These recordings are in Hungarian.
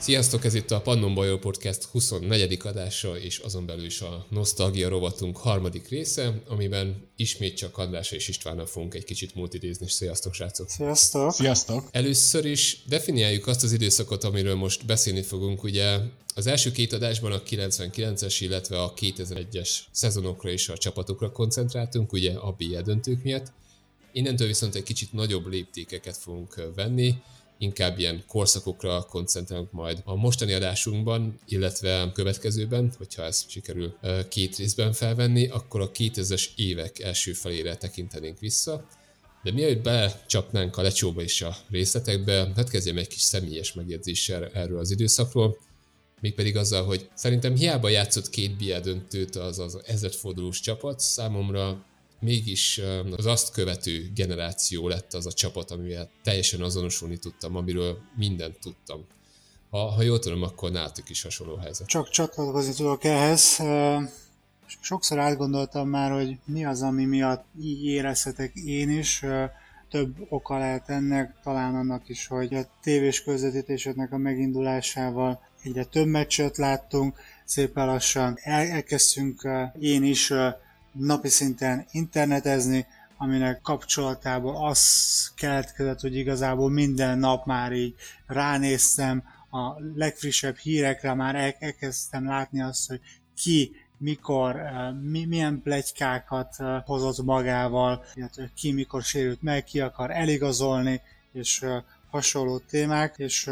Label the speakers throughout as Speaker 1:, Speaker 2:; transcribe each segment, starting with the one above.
Speaker 1: Sziasztok, ez itt a Pannon Bajor Podcast 24. adása, és azon belül is a Nosztalgia rovatunk harmadik része, amiben ismét csak Andrással és Istvánnal fogunk egy kicsit multidézni. Sziasztok, srácok!
Speaker 2: Sziasztok!
Speaker 3: Sziasztok!
Speaker 1: Először is definiáljuk azt az időszakot, amiről most beszélni fogunk. Ugye az első két adásban a 99-es, illetve a 2001-es szezonokra és a csapatokra koncentráltunk, ugye a BL döntők miatt. Innentől viszont egy kicsit nagyobb léptékeket fogunk venni, inkább ilyen korszakokra koncentrálunk majd a mostani adásunkban, illetve a következőben, hogyha ezt sikerül két részben felvenni, akkor a 2000-es évek első felére tekintenénk vissza. De mielőtt belecsapnánk a lecsóba és a részletekbe, hát kezdjem egy kis személyes megjegyzéssel erről az időszakról, mégpedig azzal, hogy szerintem hiába játszott két BL döntőt az ezredfordulós csapat, számomra mégis az azt követő generáció lett az a csapat, amivel teljesen azonosulni tudtam, amiről mindent tudtam. Ha jól tudom, akkor nálatok is hasonló helyzet.
Speaker 2: Csak csatlakozni tudok ehhez. Sokszor átgondoltam már, hogy mi az, ami miatt így érezhetek én is. Több oka lehet ennek, talán annak is, hogy a tévés közvetítéseknek a megindulásával egyre több meccset láttunk, szépen lassan elkezdtünk én is napi szinten internetezni, aminek kapcsolatából az keletkezett, hogy igazából minden nap már így ránéztem a legfrissebb hírekre, már elkezdtem látni azt, hogy ki, mikor, milyen pletykákat hozott magával, illetve ki mikor sérült meg, ki akar eligazolni, és hasonló témák, és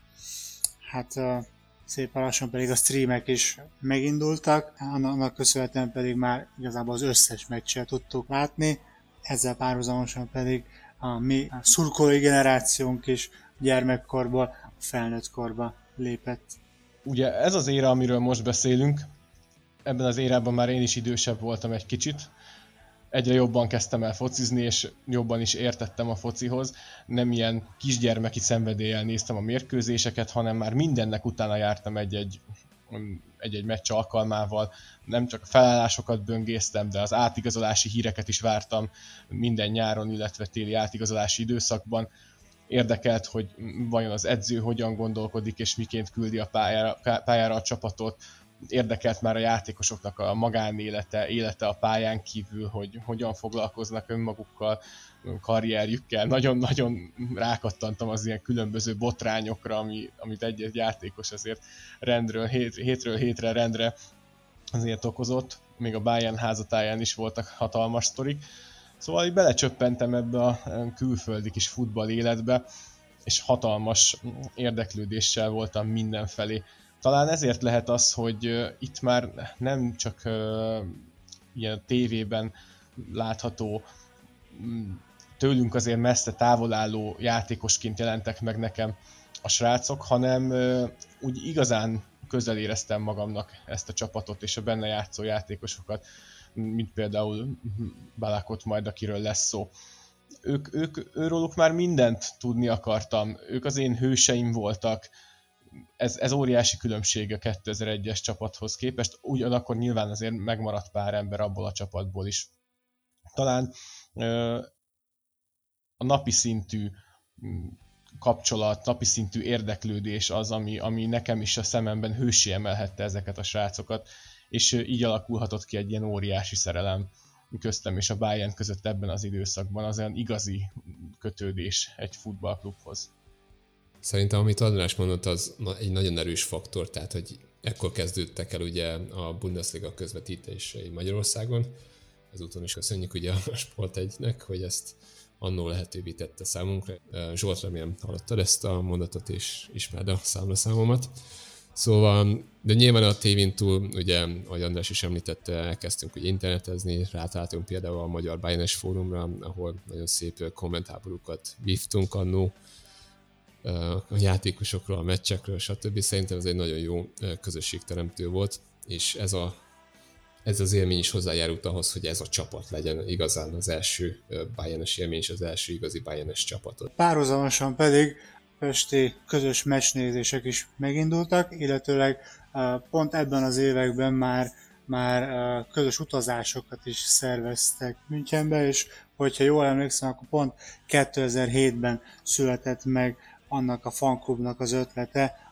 Speaker 2: hát szépen lassan pedig a streamek is megindultak, annak köszönhetően pedig már igazából az összes meccset tudtuk látni, ezzel párhuzamosan pedig a mi szurkolói generációnk is gyermekkorból a felnőtt korba lépett.
Speaker 3: Ugye ez az éra, amiről most beszélünk, ebben az érában már én is idősebb voltam egy kicsit, egyre jobban kezdtem el focizni, és jobban is értettem a focihoz. Nem ilyen kisgyermeki szenvedéllyel néztem a mérkőzéseket, hanem már mindennek utána jártam egy-egy meccs alkalmával. Nem csak a felállásokat böngésztem, de az átigazolási híreket is vártam minden nyáron, illetve téli átigazolási időszakban. Érdekelt, hogy vajon az edző hogyan gondolkodik, és miként küldi a pályára a csapatot. Érdekelt már a játékosoknak a magánélete, élete a pályán kívül, hogy hogyan foglalkoznak önmagukkal, karrierjükkel. Nagyon-nagyon rákattantam az ilyen különböző botrányokra, amit egy-egy játékos azért hétről hétre rendre azért okozott. Még a Bayern házatáján is voltak hatalmas sztorik. Szóval így belecsöppentem ebbe a külföldi kis futball életbe, és hatalmas érdeklődéssel voltam mindenfelé. Talán ezért lehet az, hogy itt már nem csak ilyen tévében látható, tőlünk azért messze távol álló játékosként jelentek meg nekem a srácok, hanem úgy igazán közel éreztem magamnak ezt a csapatot és a benne játszó játékosokat, mint például Balakot majd, akiről lesz szó. Őróluk már mindent tudni akartam, ők az én hőseim voltak. Ez óriási különbség a 2001-es csapathoz képest, ugyanakkor nyilván azért megmaradt pár ember abból a csapatból is. Talán a napi szintű kapcsolat, napi szintű érdeklődés az, ami nekem is a szememben hőssé emelhette ezeket a srácokat, és így alakulhatott ki egy ilyen óriási szerelem köztem és a Bayern között ebben az időszakban, az olyan igazi kötődés egy futballklubhoz.
Speaker 1: Szerintem, amit András mondott, az egy nagyon erős faktor, tehát, hogy ekkor kezdődtek el ugye a Bundesliga közvetítései Magyarországon. Ezúton is köszönjük ugye a Sport1-nek, hogy ezt annól lehetővé tette számunkra. Zsolt, remélem hallottad ezt a mondatot, és ismered a számlaszámomat. Szóval, de nyilván a tévén túl, ugye, ahogy András is említette, elkezdtünk ugye internetezni, rátaláltunk például a Magyar Bayernes fórumra, ahol nagyon szép kommentháborúkat vívtunk annó, a játékosokról, a meccsekről, stb. Szerintem ez egy nagyon jó közösségteremtő volt, és ez az élmény is hozzájárult ahhoz, hogy ez a csapat legyen igazán az első Bayernes élmény, és az első igazi Bayernes csapatot.
Speaker 2: Párhuzamosan pedig pesti közös meccsnézések is megindultak, illetőleg pont ebben az években már közös utazásokat is szerveztek Münchenbe, és hogyha jól emlékszem, akkor pont 2007-ben született meg annak a fanklubnak az ötlete,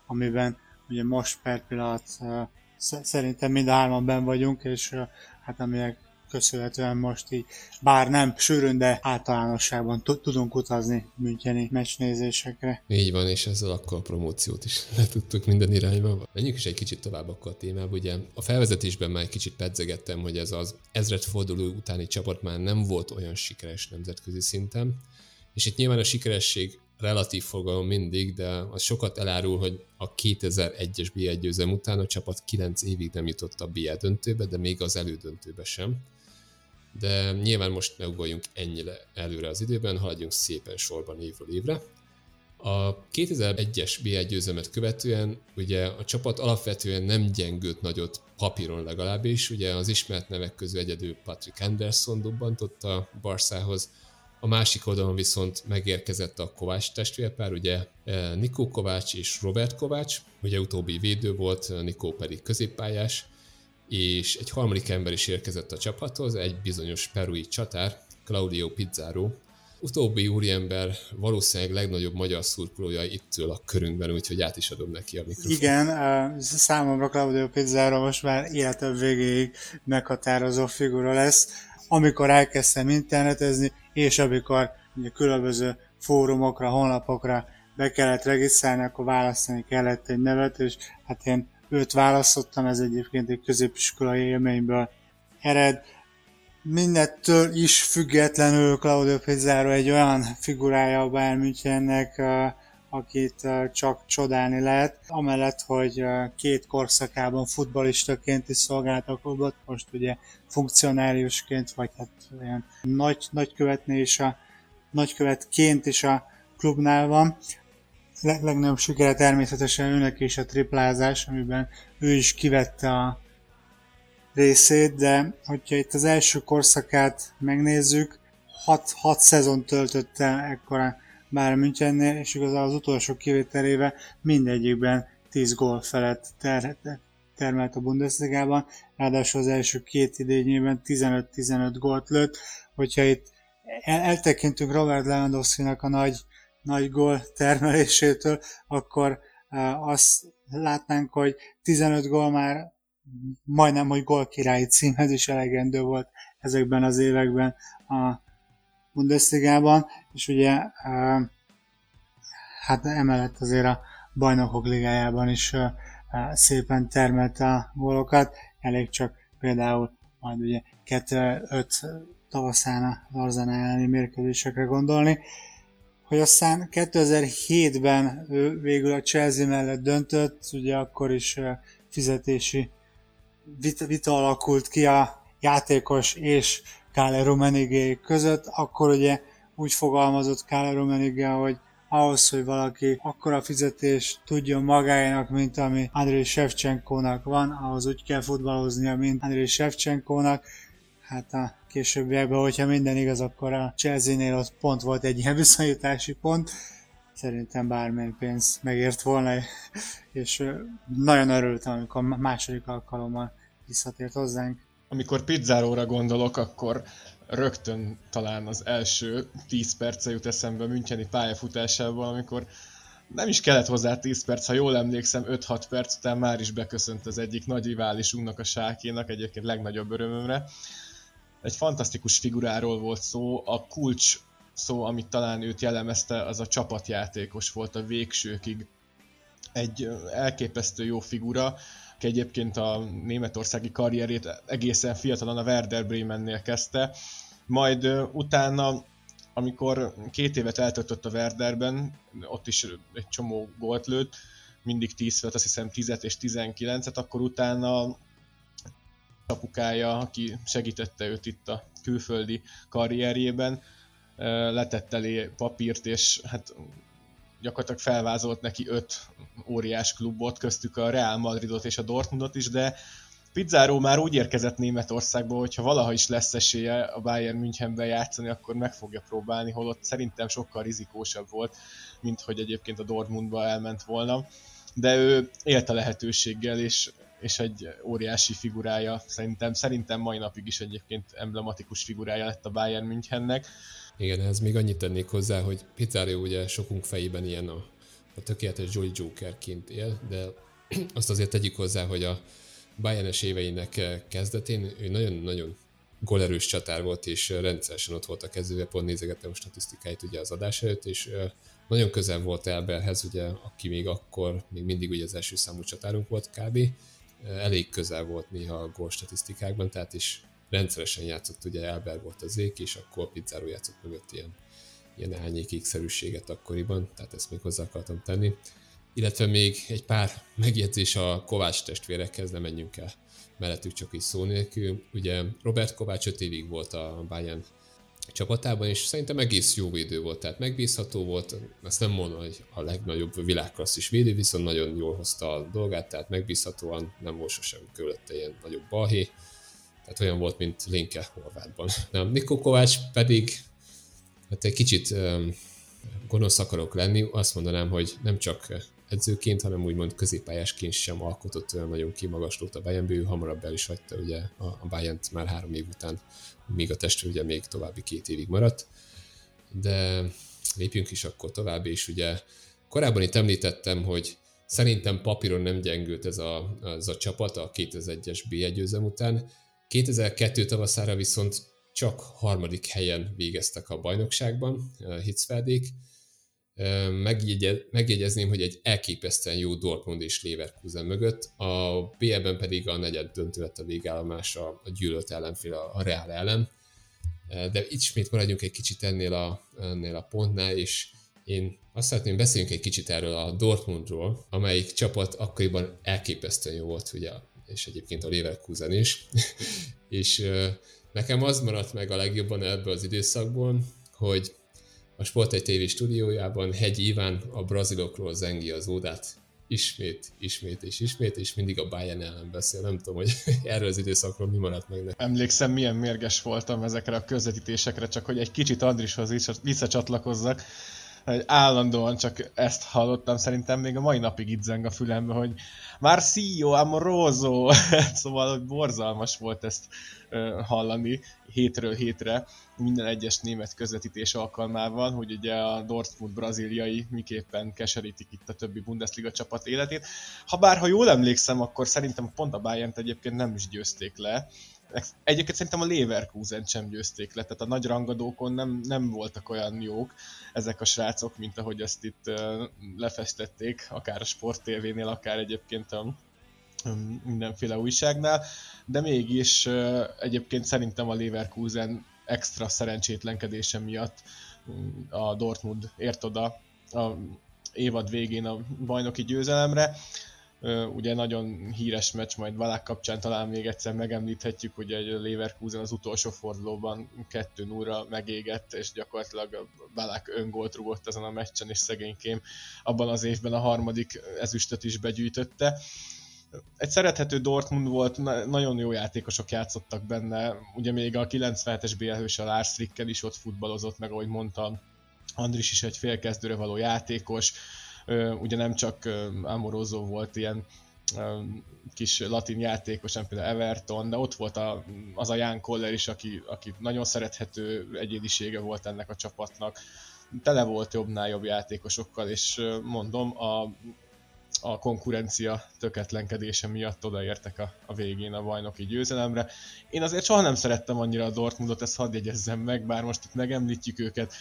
Speaker 2: amiben ugye most per pillanat szerintem mind a hárman benn vagyunk, és hát aminek köszönhetően most így, bár nem sűrűn, de általánosságban tudunk utazni müncheni meccsnézésekre.
Speaker 1: Így van, és ezzel akkor a promóciót is letudtuk minden irányba. Menjünk is egy kicsit tovább akkor a témába. Ugye a felvezetésben már egy kicsit pedzegettem, hogy ez az ezredforduló utáni csapat már nem volt olyan sikeres nemzetközi szinten, és itt nyilván a sikeresség relatív fogalom mindig, de az sokat elárul, hogy a 2001-es BL győzelem után a csapat 9 évig nem jutott a BL döntőbe, de még az elődöntőbe sem. De nyilván most ne ugorjunk ennyire előre az időben, haladjunk szépen sorban évről évre. A 2001-es BL győzelmet követően ugye a csapat alapvetően nem gyengült nagyot, papíron legalábbis, ugye az ismert nevek közül egyedül Patrick Anderson dobbantott a Barszához, a másik oldalon viszont megérkezett a Kovács testvérpár, ugye Nikó Kovács és Robert Kovács, ugye utóbbi védő volt, Nikó pedig középpályás, és egy harmadik ember is érkezett a csapathoz, egy bizonyos perui csatár, Claudio Pizarro. Utóbbi úriember valószínűleg legnagyobb magyar szurkolója itt ül a körünkben, úgyhogy át is adom neki a mikrofont.
Speaker 2: Igen, számomra Claudio Pizarro most már életem végéig meghatározó figura lesz. Amikor elkezdtem internetezni, és amikor ugye különböző fórumokra, honlapokra be kellett regisztrálni, akkor választani kellett egy nevet, és hát én őt választottam, ez egyébként egy középiskolai élményből ered. Mindettől is függetlenül Claudio Pizarro egy olyan figurája a Bayern Münchennek, akit csak csodálni lehet. Amellett, hogy két korszakában futballistaként is szolgált a klubot, most ugye funkcionáriusként, vagy hát olyan nagykövetként is a klubnál van. Legnagyobb sikere természetesen őnek is a triplázás, amiben ő is kivette a részét, de hogyha itt az első korszakát megnézzük, 6 szezon töltötte ekkora Bayern Münchennél, és igazából az utolsó kivételével mindegyikben 10 gól felett termelt a Bundesligában, ráadásul az első két idényében 15-15 gólt lőtt. Hogyha itt eltekintünk Robert Lewandowskinak a nagy gól termelésétől, akkor azt látnánk, hogy 15 gól már majdnem, hogy gólkirályi címhez is elegendő volt ezekben az években a Bundesligában, és ugye hát emellett azért a Bajnokok Ligájában is szépen termelte a gólokat, elég csak például majd ugye 2005 tavaszán az Arsenal elleni mérkőzésekre gondolni, hogy aztán 2007-ben ő végül a Chelsea mellett döntött, ugye akkor is fizetési vita alakult ki a játékos és Kalle Rummenigge között, akkor ugye úgy fogalmazott Kalle Rummenigge, hogy ahhoz, hogy valaki akkora fizetést tudjon magáénak, mint ami Andrei Shevchenkónak van, ahhoz úgy kell futballoznia, mint Andrei Shevchenkónak. Hát a későbbiekben, hogyha minden igaz, akkor a Chelsea-nél ott pont volt egy ilyen viszonyítási pont. Szerintem bármilyen pénz megért volna, és nagyon örültem, amikor második alkalommal visszatért hozzánk.
Speaker 3: Amikor Pizarróra gondolok, akkor rögtön talán az első 10 perce jut eszembe müncheni pályafutásával, amikor nem is kellett hozzá 10 perc, ha jól emlékszem, 5-6 perc után már is beköszönt az egyik nagy riválisunknak, a Schalkénak, egyébként legnagyobb örömömre. Egy fantasztikus figuráról volt szó, a kulcs szó, amit talán őt jellemezte, az a csapatjátékos volt a végsőkig. Egy elképesztő jó figura, aki egyébként a németországi karrierét egészen fiatalon a Werder Bremennél kezdte, majd utána, amikor 2 évet eltöltött a Werderben, ott is egy csomó gólt lőtt, mindig 10 felett, azt hiszem 10-et és 19-et, akkor utána apukája, aki segítette őt itt a külföldi karrierjében, letett elé papírt, és hát gyakorlatilag felvázolt neki 5 óriás klubot, köztük a Real Madridot és a Dortmundot is, de Pizarro már úgy érkezett Németországba, hogy ha valaha is lesz esélye a Bayern Münchenben játszani, akkor meg fogja próbálni, holott szerintem sokkal rizikósabb volt, mint hogy egyébként a Dortmundba elment volna. De ő élt a lehetőséggel, és egy óriási figurája, szerintem mai napig is egyébként emblematikus figurája lett a Bayern Münchennek.
Speaker 1: Igen, ehhez még annyit tennék hozzá, hogy Pizarro ugye sokunk fejében ilyen a a tökéletes Jolly Jokerként él, de azt azért tegyük hozzá, hogy a Bayern-es éveinek kezdetén ő nagyon-nagyon gólerős csatár volt, és rendszeresen ott volt a kezdőbe, pont nézegettem a statisztikáit ugye az adás előtt, és nagyon közel volt Elberhez, ugye, aki még akkor még mindig ugye az első számú csatárunk volt kb. Elég közel volt néha a gól statisztikákban, tehát is rendszeresen játszott, ugye Elber volt az ék, és akkor Pizarro játszott mögött ilyen árnyékékszerűséget akkoriban, tehát ezt még hozzá akartam tenni. Illetve még egy pár megjegyzés a Kovács testvérekhez, nem menjünk el mellettük csak így szó nélkül. Ugye Robert Kovács 5 évig volt a Bayern csapatában, és szerintem egész jó védő volt, tehát megbízható volt, ezt nem mondom, hogy a legnagyobb világklasszis védő, viszont nagyon jól hozta a dolgát, tehát megbízhatóan, nem volt sosem körülötte ilyen nagyobb balhé, tehát olyan volt, mint Linke Horvátban. Niko Kovács pedig hát egy kicsit gonosz akarok lenni, azt mondanám, hogy nem csak edzőként, hanem úgymond középpályásként sem alkotott olyan nagyon kimagaslót a Bayernből, ő hamarabb el is hagyta ugye a Bayernt már 3 év után, míg a testvér ugye még további 2 évig maradt. De lépjünk is akkor tovább, és ugye korábban itt említettem, hogy szerintem papíron nem gyengült ez a csapat a 2001-es B1 győzelem után. 2002 tavaszára viszont csak 3. helyen végeztek a bajnokságban, Hitzfeldék. Megjegyezném, hogy egy elképesztően jó Dortmund és Leverkusen mögött, a BL-ben pedig a negyed döntő lett a végállomás a gyűlölt ellenfél, a Real ellen. De ismét maradjunk egy kicsit ennél a pontnál, és én azt szeretném beszéljünk egy kicsit erről a Dortmundról, amelyik csapat akkoriban elképesztően jó volt, ugye, és egyébként a Leverkusen is. És nekem az maradt meg a legjobban ebből az időszakból, hogy a Sport 1 TV stúdiójában Hegyi Iván a brazilokról zengi az ódát ismét, és mindig a Bayern ellen beszél. Nem tudom, hogy erről az időszakról mi maradt meg nekem.
Speaker 3: Emlékszem, milyen mérges voltam ezekre a közvetítésekre, csak hogy egy kicsit Andrishoz visszacsatlakozzak. Állandóan csak ezt hallottam, szerintem még a mai napig itt zeng a fülembe, hogy Marsillo, Amoroso, szóval hogy borzalmas volt ezt hallani hétről hétre, minden egyes német közvetítés alkalmával, hogy ugye a Dortmund braziliai miképpen keserítik itt a többi Bundesliga csapat életét. Ha jól emlékszem, akkor szerintem pont a Bayernt egyébként nem is győzték le. Egyébként szerintem a Leverkusen sem győzték le, tehát a nagy rangadókon nem voltak olyan jók ezek a srácok, mint ahogy ezt itt lefestették, akár a Sport TV-nél, akár egyébként a mindenféle újságnál, de mégis egyébként szerintem a Leverkusen extra szerencsétlenkedése miatt a Dortmund ért oda a évad végén a bajnoki győzelemre. Ugye nagyon híres meccs, majd Balák kapcsán talán még egyszer megemlíthetjük, hogy egy Leverkusen az utolsó fordulóban 2-0-ra megégett, és gyakorlatilag Balák öngólt rúgott ezen a meccsen, és szegénykém abban az évben a 3. ezüstöt is begyűjtötte. Egy szerethető Dortmund volt, nagyon jó játékosok játszottak benne, ugye még a 97-es BL-hős a Lars Rickkel is ott futballozott, meg ahogy mondtam, Andris is egy félkezdőre való játékos, ugye nem csak Amoroso volt ilyen kis latin játékos, nem például Everton, de ott volt az a Jan Koller is, aki nagyon szerethető egyénisége volt ennek a csapatnak. Tele volt jobbnál jobb játékosokkal, és mondom, a konkurencia töketlenkedése miatt odaértek a végén a bajnoki győzelemre. Én azért soha nem szerettem annyira a Dortmundot, ezt hadd jegyezzem meg, bár most itt megemlítjük őket,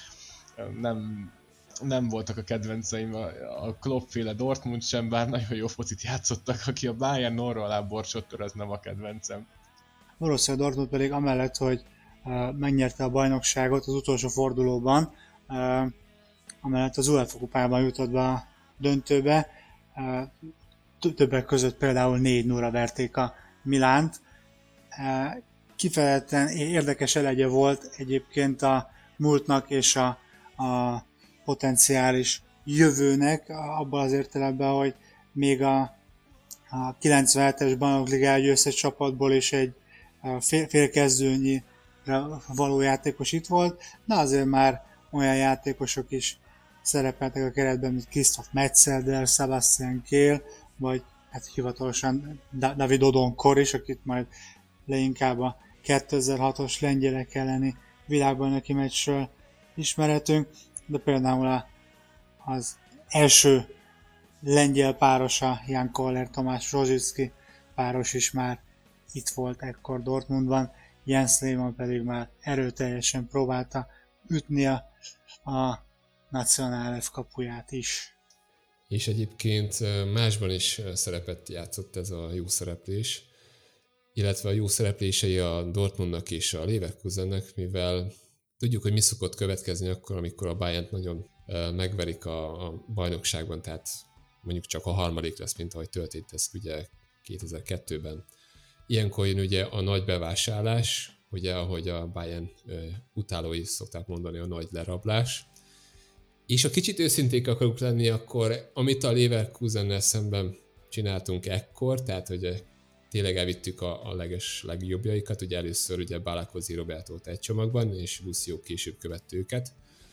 Speaker 3: nem voltak a kedvenceim a Klopp-féle Dortmund sem, bár nagyon jó focit játszottak, aki a Bayern orra alá borsott, az nem a kedvencem.
Speaker 2: Borussia Dortmund pedig amellett, hogy megnyerte a bajnokságot az utolsó fordulóban, amellett az UEFA kupában jutott be a döntőbe, többek között például 4-0-ra verték a Milánt. Kifejezetten érdekes elegye volt egyébként a múltnak és a potenciális jövőnek, abban az értelemben, hogy még a 97-es bajnokligá győztes csapatból is egy félkezdőnyire való játékos itt volt, de azért már olyan játékosok is szerepeltek a keretben, mint Christoph Metzelder, Sebastian Kehl, vagy hát hivatalosan David Odonkor is, akit majd leginkább a 2006-os lengyelek elleni világbajnoki meccsről ismerhetünk, de például az első lengyel párosa, Jan Koller, Tamás Rozsicki páros is már itt volt ekkor Dortmundban, Jens Lehmann pedig már erőteljesen próbálta ütni a Nacional F kapuját is.
Speaker 1: És egyébként másban is szerepet játszott ez a jó szereplés, illetve a jó szereplései a Dortmundnak és a Leverkusennek, mivel tudjuk, hogy mi szokott következni akkor, amikor a Bayernt nagyon megverik a bajnokságban, tehát mondjuk csak a harmadik lesz, mint ahogy történt ez ugye 2002-ben. Ilyenkor jön ugye a nagy bevásárlás, ugye ahogy a Bayern utálói szokták mondani, a nagy lerablás. És ha kicsit őszinték akarunk lenni, akkor amit a Leverkusennel szemben csináltunk ekkor, tehát hogy tényleg elvittük a legjobbjaikat, ugye először ugye Balakozi Robertót egy csomagban, és Lucio később követte őket.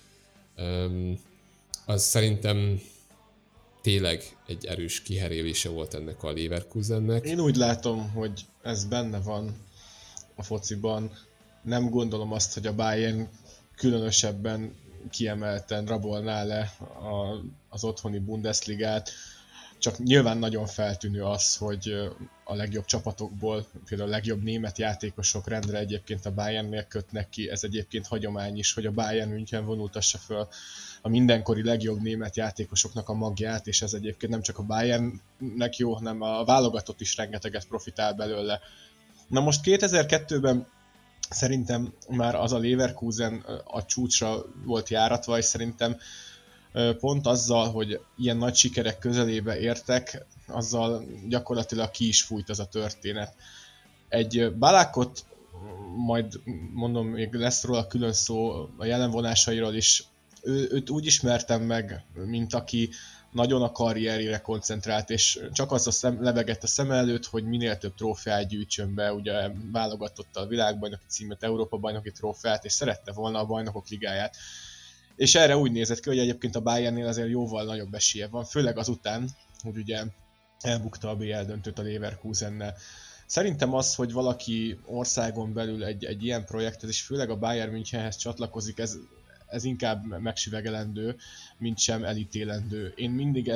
Speaker 1: Az szerintem tényleg egy erős kiherélése volt ennek a Leverkusennek.
Speaker 3: Én úgy látom, hogy ez benne van a fociban. Nem gondolom azt, hogy a Bayern különösebben kiemelten rabolná le az otthoni Bundesligát. Csak nyilván nagyon feltűnő az, hogy a legjobb csapatokból, például a legjobb német játékosok rendre egyébként a Bayernnél kötnek ki. Ez egyébként hagyomány is, hogy a Bayern München vonultassa föl a mindenkori legjobb német játékosoknak a magját, és ez egyébként nem csak a Bayernnek jó, hanem a válogatott is rengeteget profitál belőle. Na most 2002-ben szerintem már az a Leverkusen a csúcsra volt járatva, és szerintem pont azzal, hogy ilyen nagy sikerek közelébe értek, azzal gyakorlatilag ki is fújt az a történet. Egy Balakot, majd mondom, még lesz róla külön szó a jelenvonásairól is, őt úgy ismertem meg, mint aki nagyon a karrierjére koncentrált, és csak az lebegett a szem előtt, hogy minél több trófeát gyűjtsön be, ugye válogatotta a világbajnoki címet, Európa-bajnoki trófeát, és szerette volna a bajnokok ligáját. És erre úgy nézett ki, hogy egyébként a Bayernnél azért jóval nagyobb esélye van, főleg azután, hogy ugye elbukta a BL döntőt a Leverkusennel. Szerintem az, hogy valaki országon belül egy ilyen projekthez, és főleg a Bayern Münchenhez csatlakozik, ez inkább megsüvegelendő, mint sem elítélendő. Én mindig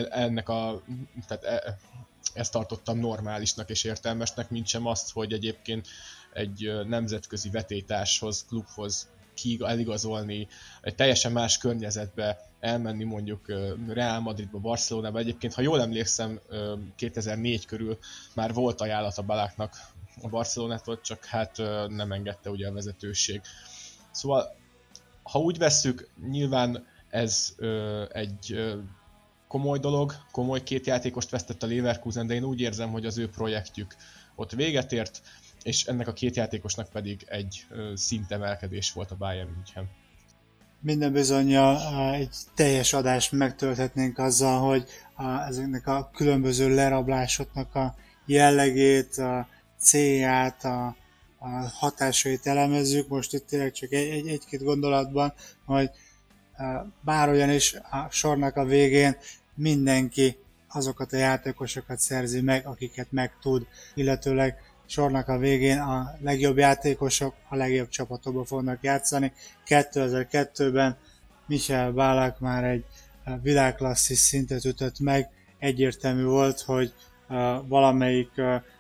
Speaker 3: ezt tartottam normálisnak és értelmesnek, mint sem azt, hogy egyébként egy nemzetközi vetélytárshoz, klubhoz eligazolni, egy teljesen más környezetbe elmenni, mondjuk Real Madridba, Barcelonába. Egyébként, ha jól emlékszem, 2004 körül már volt ajánlat a Balaknak a Barcelonától, csak hát nem engedte ugye a vezetőség. Szóval, ha úgy vesszük, nyilván ez egy komoly dolog, komoly két játékost vesztett a Leverkusen, de én úgy érzem, hogy az ő projektjük ott véget ért, és ennek a két játékosnak pedig egy szintemelkedés volt a Bayern München.
Speaker 2: Minden bizonnyal egy teljes adást megtölthetnénk azzal, hogy ezeknek a különböző lerablásoknak a jellegét, a célját, a hatásait elemezzük. Most itt tényleg csak egy-két gondolatban, hogy bárhogyan is a sornak a végén mindenki azokat a játékosokat szerzi meg, akiket meg tud, illetőleg sornak a végén a legjobb játékosok a legjobb csapatokban fognak játszani. 2002-ben Michel Ballack már egy világklasszis szintet ütött meg, egyértelmű volt, hogy valamelyik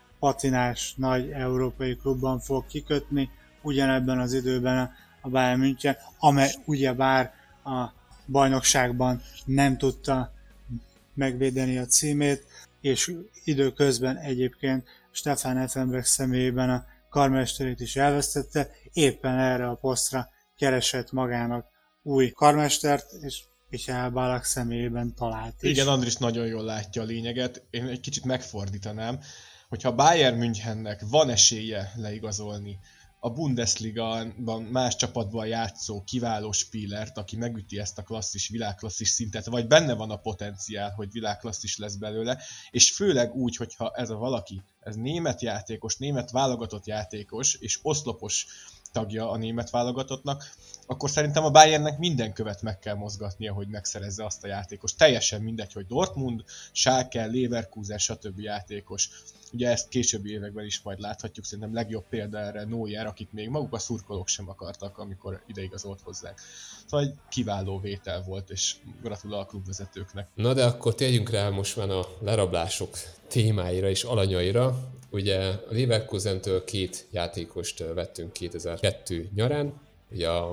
Speaker 2: patinás nagy európai klubban fog kikötni, ugyanebben az időben a Bayern München, amely ugyebár a bajnokságban nem tudta megvédeni a címét, és időközben egyébként Stefan Effenberg személyében a karmesterét is elvesztette, éppen erre a posztra keresett magának új karmestert, és Michel Ballack személyében talált is.
Speaker 3: Igen, Andris nagyon jól látja a lényeget. Én egy kicsit megfordítanám, hogyha a Bayern Münchennek van esélye leigazolni a Bundesliga-ban más csapatban játszó kiváló Spielert, aki megüti ezt a klasszis, világklasszis szintet, vagy benne van a potenciál, hogy világklasszis lesz belőle, és főleg úgy, hogyha ez a valaki, ez német játékos, német válogatott játékos, és oszlopos tagja a német válogatottnak, akkor szerintem a Bayernnek minden követ meg kell mozgatnia, hogy megszerezze azt a játékos. Teljesen mindegy, hogy Dortmund, Schalke, Leverkusen, stb. Játékos. Ugye ezt későbbi években is majd láthatjuk, szerintem legjobb példa erre Neuer, akit még maguk a szurkolók sem akartak, amikor ideigazolt hozzánk. Szóval egy kiváló vétel volt, és gratulál a klubvezetőknek.
Speaker 1: Na de akkor térjünk rá most már a lerablások témáira és alanyaira. Ugye a Leverkusentől 2 játékost vettünk 2002 nyarán, ugye a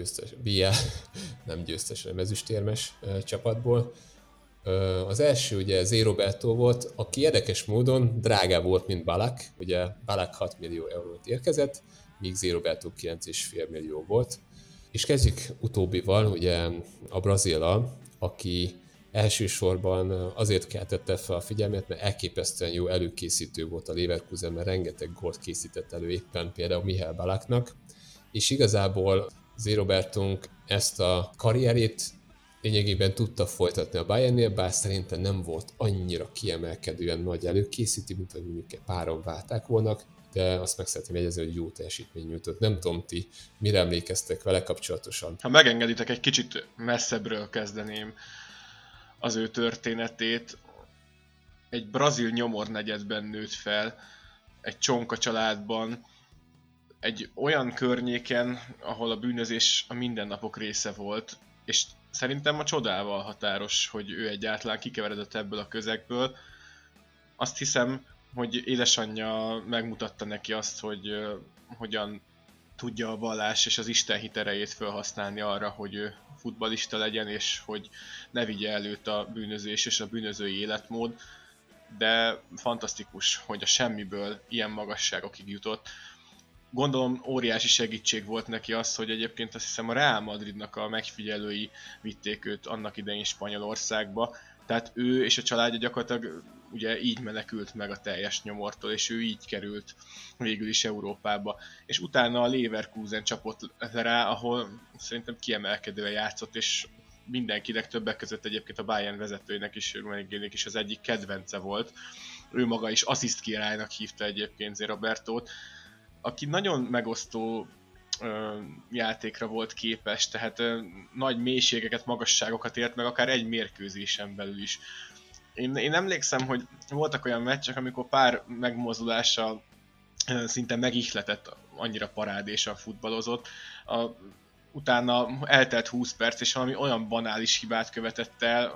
Speaker 1: nem győztes, hanem ezüstérmes csapatból. Az első ugye Zé Roberto volt, aki érdekes módon drágább volt, mint Ballack. Ugye Ballack 6 millió eurót érkezett, míg Zé Roberto 9,5 millió volt. És kezdjük utóbbival, ugye a Brazillal, aki elsősorban azért keltette fel a figyelmet, mert elképesztően jó előkészítő volt a Leverkusen, mert rengeteg gólt készített elő éppen például Michael Ballacknak, és igazából Zé Robertunk ezt a karrierét lényegében tudta folytatni a Bayernnél, bár szerintem nem volt annyira kiemelkedően nagy előkészítő, mint hogy mondjuk páron válták volna, de azt meg szeretném jegyezni, hogy jó teljesítmény nyújtott. Nem tudom, ti mire emlékeztek vele kapcsolatosan?
Speaker 3: Ha megengeditek, egy kicsit messzebbről kezdeném az ő történetét. Egy brazil nyomornegyedben nőtt fel, egy csonka családban, egy olyan környéken, ahol a bűnözés a mindennapok része volt, és szerintem a csodával határos, hogy ő egyáltalán kikeveredett ebből a közegből. Azt hiszem, hogy édesanyja megmutatta neki azt, hogy hogyan tudja a vallás és az Isten hit erejét felhasználni arra, hogy ő futballista legyen, és hogy ne vigye előtt a bűnözés és a bűnözői életmód. De fantasztikus, hogy a semmiből ilyen magasságokig jutott. Gondolom óriási segítség volt neki az, hogy egyébként azt hiszem a Real Madridnak a megfigyelői vitték őt annak idején Spanyolországba, tehát ő és a családja gyakorlatilag ugye így menekült meg a teljes nyomortól, és ő így került végül is Európába. És utána a Leverkusen csapott rá, ahol szerintem kiemelkedően játszott, és mindenkinek, többek között egyébként a Bayern vezetőinek is az egyik kedvence volt. Ő maga is assziszt királynak hívta egyébként Zé Robertót, aki nagyon megosztó játékra volt képes, tehát nagy mélységeket, magasságokat ért meg, akár egy mérkőzésen belül is. Én emlékszem, hogy voltak olyan meccsek, amikor pár megmozdulással szinte megihletett, annyira parádésan futballozott. Utána eltelt 20 perc, és valami olyan banális hibát követett el,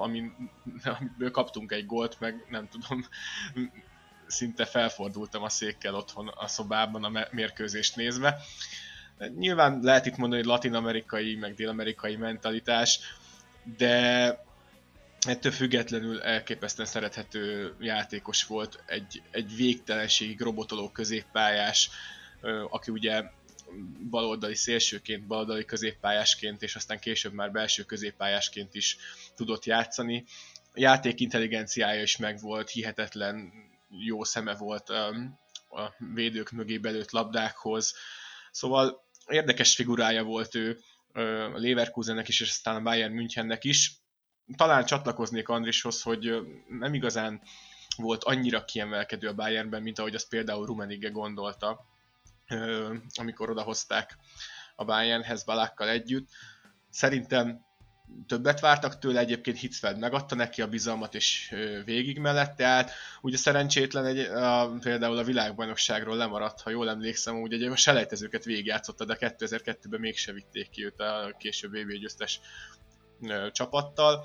Speaker 3: amiből kaptunk egy gólt, meg nem tudom, szinte felfordultam a székkel otthon a szobában a mérkőzést nézve. Nyilván lehet itt mondani, hogy latin-amerikai, meg dél-amerikai mentalitás, de ettől függetlenül elképesztően szerethető játékos volt, egy végtelenségig robotoló középpályás, aki ugye baloldali szélsőként, baloldali középpályásként, és aztán később már belső középpályásként is tudott játszani. A játék intelligenciája is megvolt, hihetetlen jó szeme volt a védők mögé belőtt labdákhoz. Szóval érdekes figurája volt ő a Leverkusennek is, és aztán a Bayern Münchennek is. Talán csatlakoznék Andrishoz, hogy nem igazán volt annyira kiemelkedő a Bayernben, mint ahogy azt például Rummenigge gondolta, amikor odahozták a Bayernhez Ballackkal együtt. Szerintem többet vártak tőle, egyébként Hitzfeld megadta neki a bizalmat, és végig mellette állt. Ugye szerencsétlen például a világbajnokságról lemaradt, ha jól emlékszem, ugye a selejtezőket végigjátszotta, de 2002-ben mégse vitték ki őt a később VB győztes csapattal.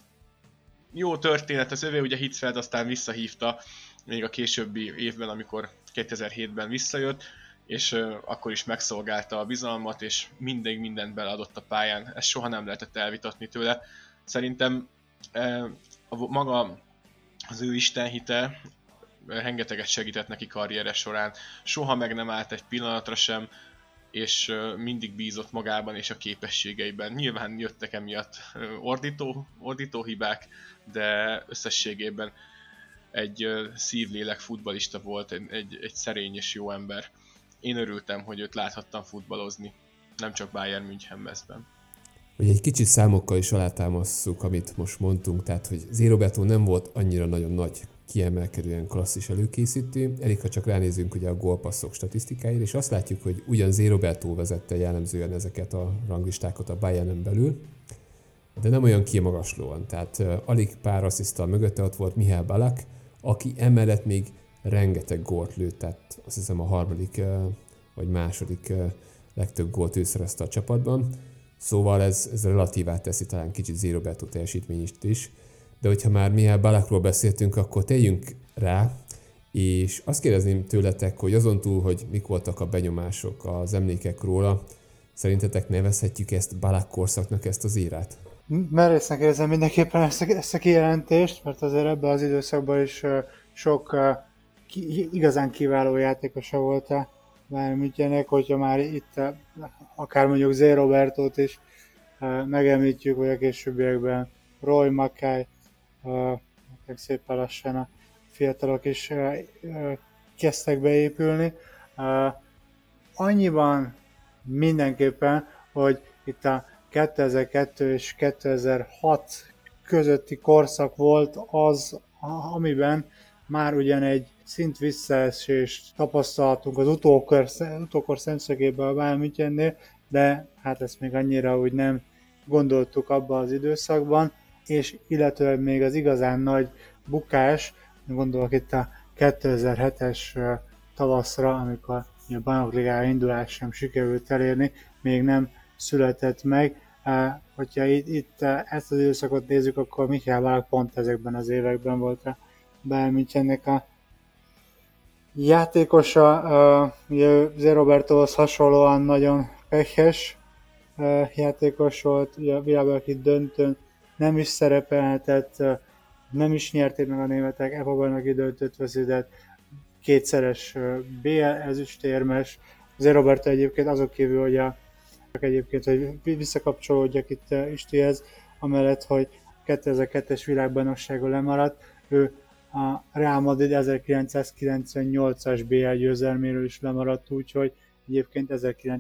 Speaker 3: Jó történet az övé, ugye Hitzfeld aztán visszahívta még a későbbi évben, amikor 2007-ben visszajött, és akkor is megszolgálta a bizalmat, és mindig mindent beleadott a pályán. Ezt soha nem lehetett elvitatni tőle. Szerintem maga az ő istenhite rengeteget segített neki karriere során. Soha meg nem állt egy pillanatra sem, és mindig bízott magában és a képességeiben. Nyilván jöttek emiatt ordító hibák, de összességében egy szívlélek futballista volt, egy szerény és jó ember. Én örültem, hogy őt láthattam futballozni, nem csak Bayern München mezben.
Speaker 1: Hogy egy kicsit számokkal is alátámasszuk, amit most mondtunk, tehát hogy Zé Roberto nem volt annyira nagyon nagy kiemelkedően klasszis előkészítő. Elég, ha csak ránézünk ugye a gólpasszok statisztikáira, és azt látjuk, hogy ugyan Zé Roberto vezette jellemzően ezeket a ranglistákat a Bayernen belül, de nem olyan kimagaslóan. Tehát alig pár assziszttal mögötte ott volt Mihály Ballack, aki emellett még rengeteg gólt lőtt, tehát azt hiszem a harmadik vagy második legtöbb gólt ő szerezte a csapatban. Szóval ez relatívá teszi talán kicsit Zé Roberto teljesítményét is. De hogyha már Mihály Ballackról beszéltünk, akkor térjünk rá, és azt kérdezném tőletek, hogy azon túl, hogy mik voltak a benyomások, az emlékek róla, szerintetek nevezhetjük ezt Ballack korszaknak, ezt az érát?
Speaker 2: Merésznek érzem mindenképpen ezt a kijelentést, mert azért ebben az időszakban is sok igazán kiváló játékosa volt a Bayern Münchennek, hogyha már itt akár mondjuk Zé Robertót is megemlítjük, vagy a későbbiekben Roy Mackay, szépen lassan a fiatalok is kezdtek beépülni. Annyiban mindenképpen, hogy itt a 2002 és 2006 közötti korszak volt az, amiben már ugyan egy szint visszaesést tapasztaltunk az utókor szemszögében a Bayern Münchennél, de hát ezt még annyira úgy nem gondoltuk abban az időszakban, és illetve még az igazán nagy bukás, gondolok itt a 2007-es tavaszra, amikor a Bajnokligája indulás sem sikerült elérni, még nem született meg. Hogyha itt ezt az időszakot nézzük, akkor Mihály Ballack pont ezekben az években volt a Bayern Münchennek a játékosa. Zé Robertóhoz hasonlóan nagyon pekhes játékos volt, ugye a világbajnoki döntőn nem is szerepelhetett, nem is nyerték meg a németek, EPA bajnoki döntőt veszített, kétszeres BL ezüstérmes. Zé Roberto egyébként azok kívül, hogy visszakapcsolódjak itt Istihez, amellett, hogy 2002-es világbajnokságon lemaradt, ő a Real Madrid 1998-as BL győzelméről is lemaradt, úgyhogy egyébként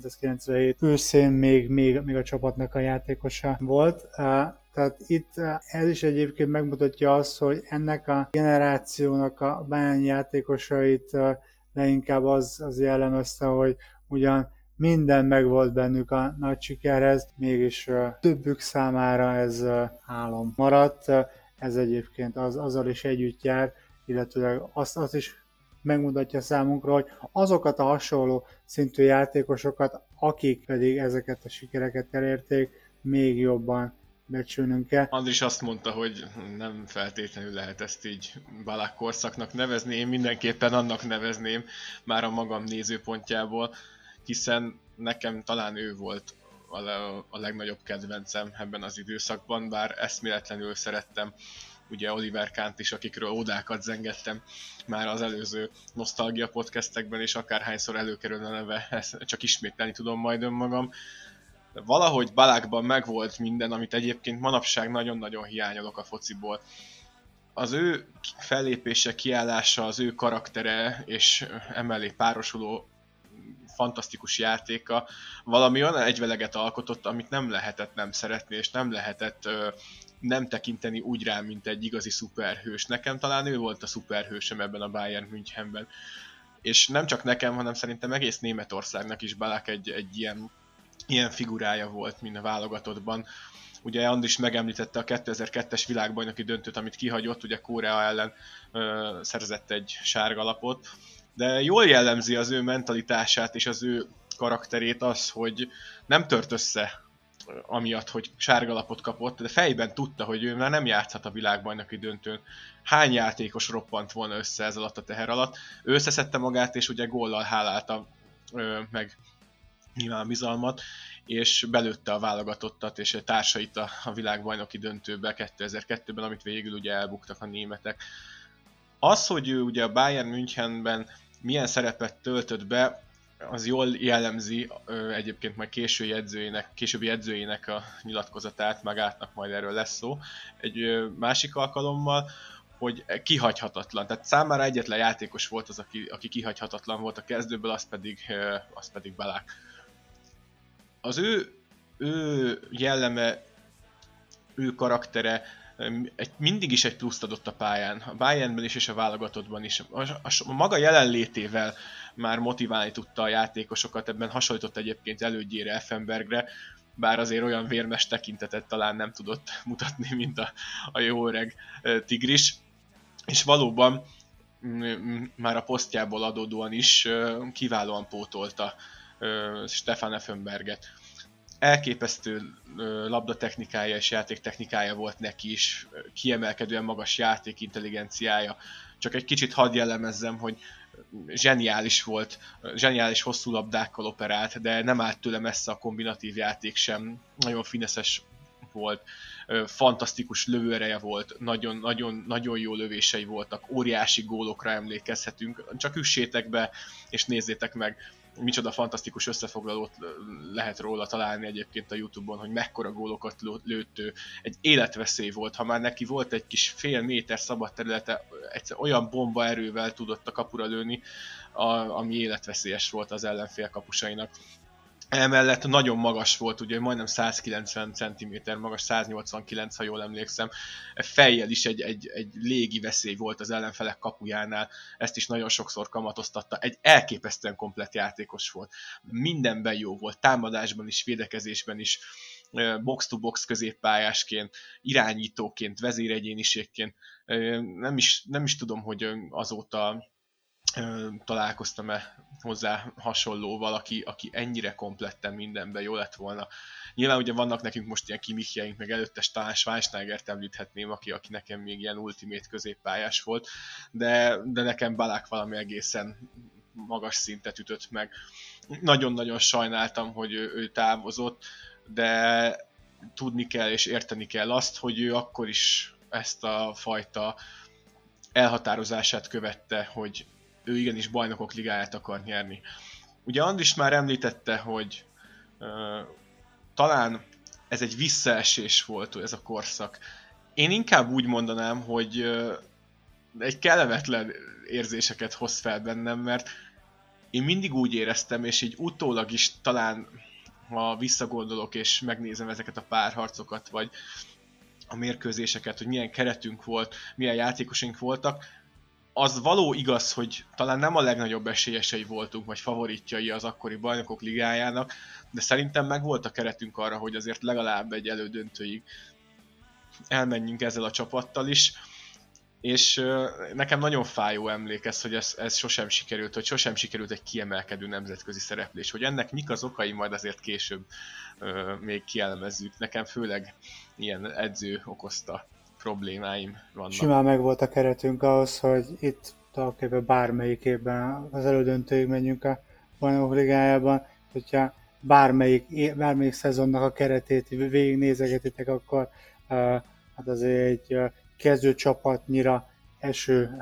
Speaker 2: 1997 őszén még a csapatnak a játékosa volt. Tehát itt ez is egyébként megmutatja azt, hogy ennek a generációnak a Bayern játékosait leginkább az jellemezte, hogy ugyan minden megvolt bennük a nagy sikerhez, mégis többük számára ez álom maradt. Ez egyébként azzal is együtt jár, illetve azt is megmutatja számunkra, hogy azokat a hasonló szintű játékosokat, akik pedig ezeket a sikereket elérték, még jobban becsülnünk kell.
Speaker 3: Andris azt mondta, hogy nem feltétlenül lehet ezt így Ballack korszaknak nevezni, én mindenképpen annak nevezném már a magam nézőpontjából, hiszen nekem talán ő volt a legnagyobb kedvencem ebben az időszakban, bár eszméletlenül szerettem ugye Oliver Kahnt is, akikről odákat zengettem már az előző Nostalgia podcastekben, és akárhányszor előkerül a neve, ezt csak ismételni tudom majd önmagam. De valahogy Ballackban megvolt minden, amit egyébként manapság nagyon-nagyon hiányolok a fociból. Az ő fellépése, kiállása, az ő karaktere és emellé párosuló fantasztikus játéka valami olyan egyveleget alkotott, amit nem lehetett nem szeretni, és nem lehetett nem tekinteni úgy rá, mint egy igazi szuperhős. Nekem talán ő volt a szuperhősöm ebben a Bayern Münchenben. És nem csak nekem, hanem szerintem egész Németországnak is Ballack egy ilyen figurája volt, mint a válogatottban. Ugye Andris megemlítette a 2002-es világbajnoki döntőt, amit kihagyott, ugye Korea ellen szerzett egy sárga lapot, de jól jellemzi az ő mentalitását és az ő karakterét az, hogy nem tört össze amiatt, hogy sárgalapot kapott, de fejben tudta, hogy ő már nem játszhat a világbajnoki döntőn. Hány játékos roppant volna össze ez alatt a teher alatt? Ő összeszedte magát, és ugye góllal hálálta meg nyilván bizalmat, és belőtte a válogatottat és a társait a világbajnoki döntőbe 2002-ben, amit végül ugye elbuktak a németek. Az, hogy ő ugye a Bayern Münchenben milyen szerepet töltött be, az jól jellemzi egyébként majd későbbi edzőjének a nyilatkozatát, meg átnak majd erről lesz szó egy másik alkalommal, hogy kihagyhatatlan. Tehát számára egyetlen játékos volt az, aki kihagyhatatlan volt a kezdőből, az pedig Ballack. Az ő jelleme, ő karaktere mindig is egy pluszt adott a pályán, a Bayernben is és a válogatottban is. A maga jelenlétével már motiválni tudta a játékosokat, ebben hasonlított egyébként elődjére, Effenbergre, bár azért olyan vérmes tekintetet talán nem tudott mutatni, mint a jó öreg Tigris. És valóban már a posztjából adódóan is kiválóan pótolta Stefan Effenberget. Elképesztő labdatechnikája és játéktechnikája volt neki is, kiemelkedően magas játékintelligenciája. Csak egy kicsit hadd jellemezzem, hogy zseniális volt, zseniális hosszú labdákkal operált, de nem állt tőle messze a kombinatív játék sem, nagyon fineszes volt, fantasztikus lövőereje volt, nagyon jó lövései voltak, óriási gólokra emlékezhetünk, csak üssétek be és nézzétek meg, micsoda fantasztikus összefoglalót lehet róla találni egyébként a YouTube-on, hogy mekkora gólokat lőtt ő. Egy életveszély volt, ha már neki volt egy kis fél méter szabad területe, egyszer olyan bomba erővel tudott a kapura lőni, ami életveszélyes volt az ellenfél kapusainak. Emellett nagyon magas volt, ugye majdnem 190 cm magas, 189, ha jól emlékszem. Fejjel is egy légi veszély volt az ellenfelek kapujánál, ezt is nagyon sokszor kamatoztatta. Egy elképesztően komplett játékos volt. Mindenben jó volt, támadásban is, védekezésben is, box-to-box középpályásként, irányítóként, vezéregyéniségként. Nem is tudom, hogy azóta találkoztam-e hozzá hasonlóval, aki ennyire kompletten mindenben jó lett volna. Nyilván ugye vannak nekünk most ilyen Kimmichjeink, meg előtte talán Schweinsteigert említhetném, aki nekem még ilyen ultimate középpályás volt, de nekem Balák valami egészen magas szintet ütött meg. Nagyon-nagyon sajnáltam, hogy ő távozott, de tudni kell és érteni kell azt, hogy ő akkor is ezt a fajta elhatározását követte, hogy ő igenis bajnokok ligáját akar nyerni. Ugye Andris már említette, hogy talán ez egy visszaesés volt ez a korszak. Én inkább úgy mondanám, hogy egy kellemetlen érzéseket hoz fel bennem, mert én mindig úgy éreztem, és így utólag is talán, ha visszagondolok és megnézem ezeket a párharcokat, vagy a mérkőzéseket, hogy milyen keretünk volt, milyen játékosink voltak, az való igaz, hogy talán nem a legnagyobb esélyesei voltunk, vagy favoritjai az akkori bajnokok ligájának, de szerintem meg volt a keretünk arra, hogy azért legalább egy elődöntőig elmenjünk ezzel a csapattal is, és nekem nagyon fájó emlék ez, hogy ez sosem sikerült, hogy sosem sikerült egy kiemelkedő nemzetközi szereplés, hogy ennek mik az okai, majd azért később még kielemezzük. Nekem főleg ilyen edző okozta problémáim vannak.
Speaker 2: Simán meg volt a keretünk ahhoz, hogy itt talán bármelyik évben az elődöntőig menjünk a bajnokok ligájában, hogyha bármelyik szezonnak a keretét végignézegetitek, akkor hát azért egy kezdőcsapatnyira eső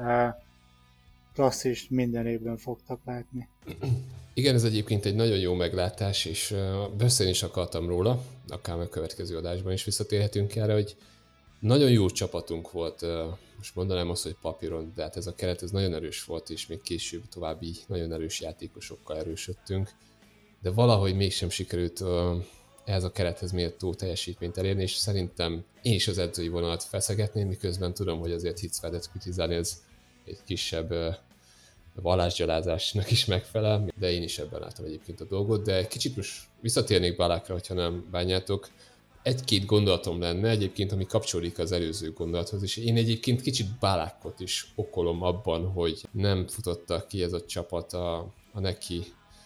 Speaker 2: klasszist minden évben fogtak látni.
Speaker 1: Igen, ez egyébként egy nagyon jó meglátás, és beszélni is akartam róla, akár a következő adásban is visszatérhetünk erre, hogy nagyon jó csapatunk volt, most mondanám azt, hogy papíron, de hát ez a keret ez nagyon erős volt, és még később további nagyon erős játékosokkal erősödtünk, de valahogy mégsem sikerült ehhez a kerethez méltó teljesítményt elérni, és szerintem én is az edzői vonalat feszegetném, miközben tudom, hogy azért Hitzfeldet kritizálni ez egy kisebb vallásgyalázásnak is megfelel, de én is ebben látom egyébként a dolgot, de kicsit most visszatérnék Balákra, hogyha nem bánjátok. Egy-két gondolatom lenne egyébként, ami kapcsolódik az előző gondolathoz, és én egyébként kicsit Balákot is okolom abban, hogy nem futotta ki ez a csapat a neki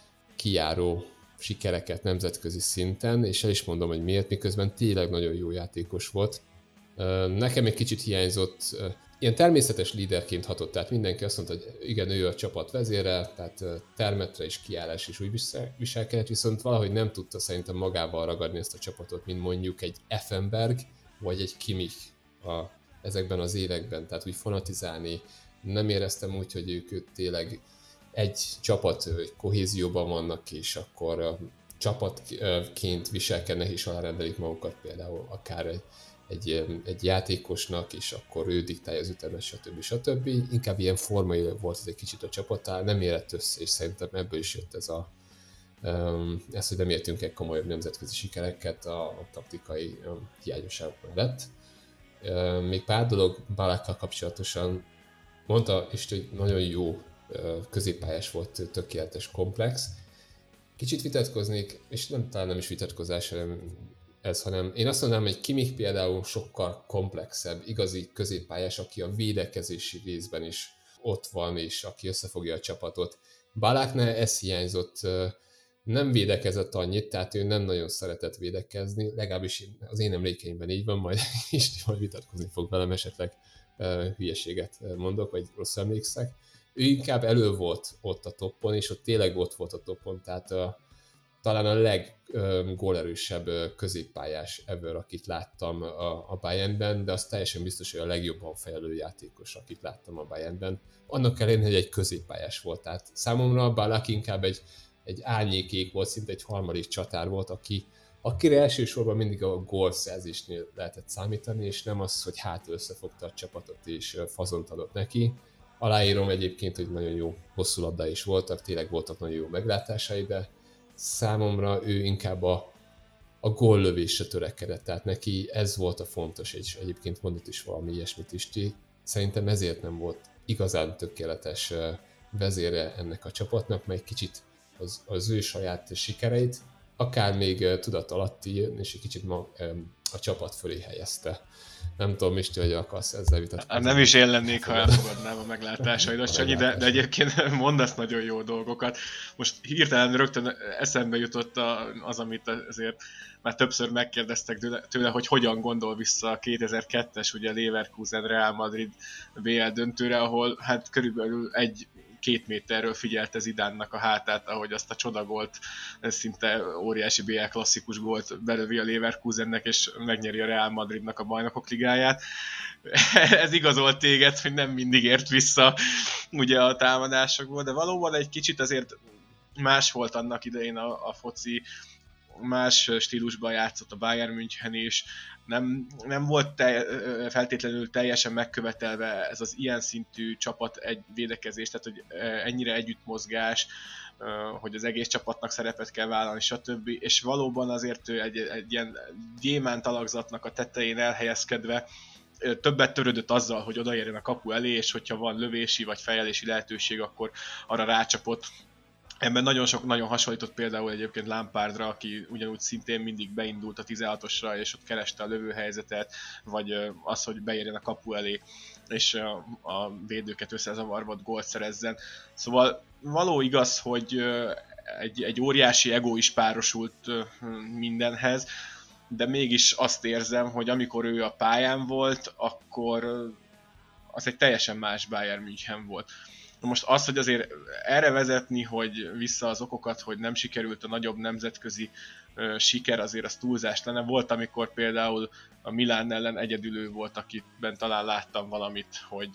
Speaker 1: kijáró sikereket nemzetközi szinten, és el is mondom, hogy miért, miközben tényleg nagyon jó játékos volt. Nekem egy kicsit hiányzott, ilyen természetes líderként hatott, tehát mindenki azt mondta, hogy igen, ő a csapat vezére, tehát termetre és kiállás is úgy viselkedett, viszont valahogy nem tudta szerintem magával ragadni ezt a csapatot, mint mondjuk egy Effenberg, vagy egy Kimmich ezekben az években, tehát úgy fanatizálni. Nem éreztem úgy, hogy ők tényleg egy csapat kohézióban vannak, és akkor csapatként viselkednek, és alárendelik magukat például akár egy játékosnak, és akkor ő diktálja az ütemet, stb. Inkább ilyen formai volt ez egy kicsit a csapatál, nem érett össze, és szerintem ebből is jött ez, hogy nem értünk egy komolyabb nemzetközi sikereket a taktikai hiányosságok mellett. Még pár dolog Balákkal kapcsolatosan mondta, és hogy nagyon jó középpályás volt, tökéletes, komplex. Kicsit vitatkoznék, és talán nem is vitatkozás ez, hanem én azt mondanám, hogy Kimmich például sokkal komplexebb, igazi középpályás, aki a védekezési részben is ott van, és aki összefogja a csapatot. Baláknál ez hiányzott, nem védekezett annyit, tehát ő nem nagyon szeretett védekezni, legalábbis az én emlékeimben így van, majd is majd vitatkozni fog velem, esetleg hülyeséget mondok, vagy rossz emlékszek. Ő inkább elő volt ott a toppon, és ott tényleg ott volt a toppon, tehát talán a leggólerősebb középpályás ever, akit láttam a Bayernben, de az teljesen biztos, hogy a legjobban fejlődő játékos, akit láttam a Bayernben. Annak ellenére, hogy egy középpályás volt, tehát számomra Ballack inkább egy árnyékék volt, szinte egy harmadik csatár volt, akire elsősorban mindig a gólszerzésnél lehetett számítani, és nem az, hogy hátul összefogta a csapatot és fazont adott neki. Aláírom egyébként, hogy nagyon jó hosszú labdái is voltak, tényleg voltak nagyon jó meglátásai, de számomra ő inkább a góllövésre törekedett, tehát neki ez volt a fontos, és egyébként mondott is valami ilyesmit is. Szerintem ezért nem volt igazán tökéletes vezére ennek a csapatnak, mert egy kicsit az ő saját sikereit, akár még tudat alatti, és egy kicsit a csapat fölé helyezte. Nem tudom, Misti, hogy akarsz ezzel vitatkozni.
Speaker 4: Nem is én lennék, ha elfogadnám a meglátásaidat, Sanyi, de egyébként mondasz nagyon jó dolgokat. Most hirtelen rögtön eszembe jutott az, amit azért már többször megkérdeztek tőle, hogy hogyan gondol vissza a 2002-es ugye Leverkusen Real Madrid BL döntőre, ahol hát körülbelül 1-2 méterről figyelte Zidane-nak a hátát, ahogy azt a csodagolt, szinte óriási BL klasszikus gólt belövi a Leverkusennek, és megnyeri a Real Madridnak a Bajnokok Ligáját. Ez igazolt téged, hogy nem mindig ért vissza ugye a támadásokból, de valóban egy kicsit azért más volt annak idején a foci, más stílusban játszott a Bayern München is, nem volt feltétlenül teljesen megkövetelve ez az ilyen szintű csapat egy védekezés, tehát hogy ennyire együttmozgás, hogy az egész csapatnak szerepet kell vállalni, stb. És valóban azért egy ilyen gyémánt alakzatnak a tetején elhelyezkedve többet törődött azzal, hogy odaérjen a kapu elé, és hogyha van lövési vagy fejelési lehetőség, akkor arra rácsapott. Ebben nagyon hasonlított például egyébként Lampardra, aki ugyanúgy szintén mindig beindult a 16-osra, és ott kereste a lövőhelyzetet, vagy az, hogy beérjen a kapu elé, és a védőket összezavarva gólt szerezzen. Szóval való igaz, hogy egy óriási ego is párosult mindenhez, de mégis azt érzem, hogy amikor ő a pályán volt, akkor az egy teljesen más Bayern München volt. Most az, hogy azért erre vezetni, hogy vissza az okokat, hogy nem sikerült a nagyobb nemzetközi siker, azért az túlzás lenne. Volt, amikor például a Milán ellen egyedül ő volt, akiben talán láttam valamit, hogy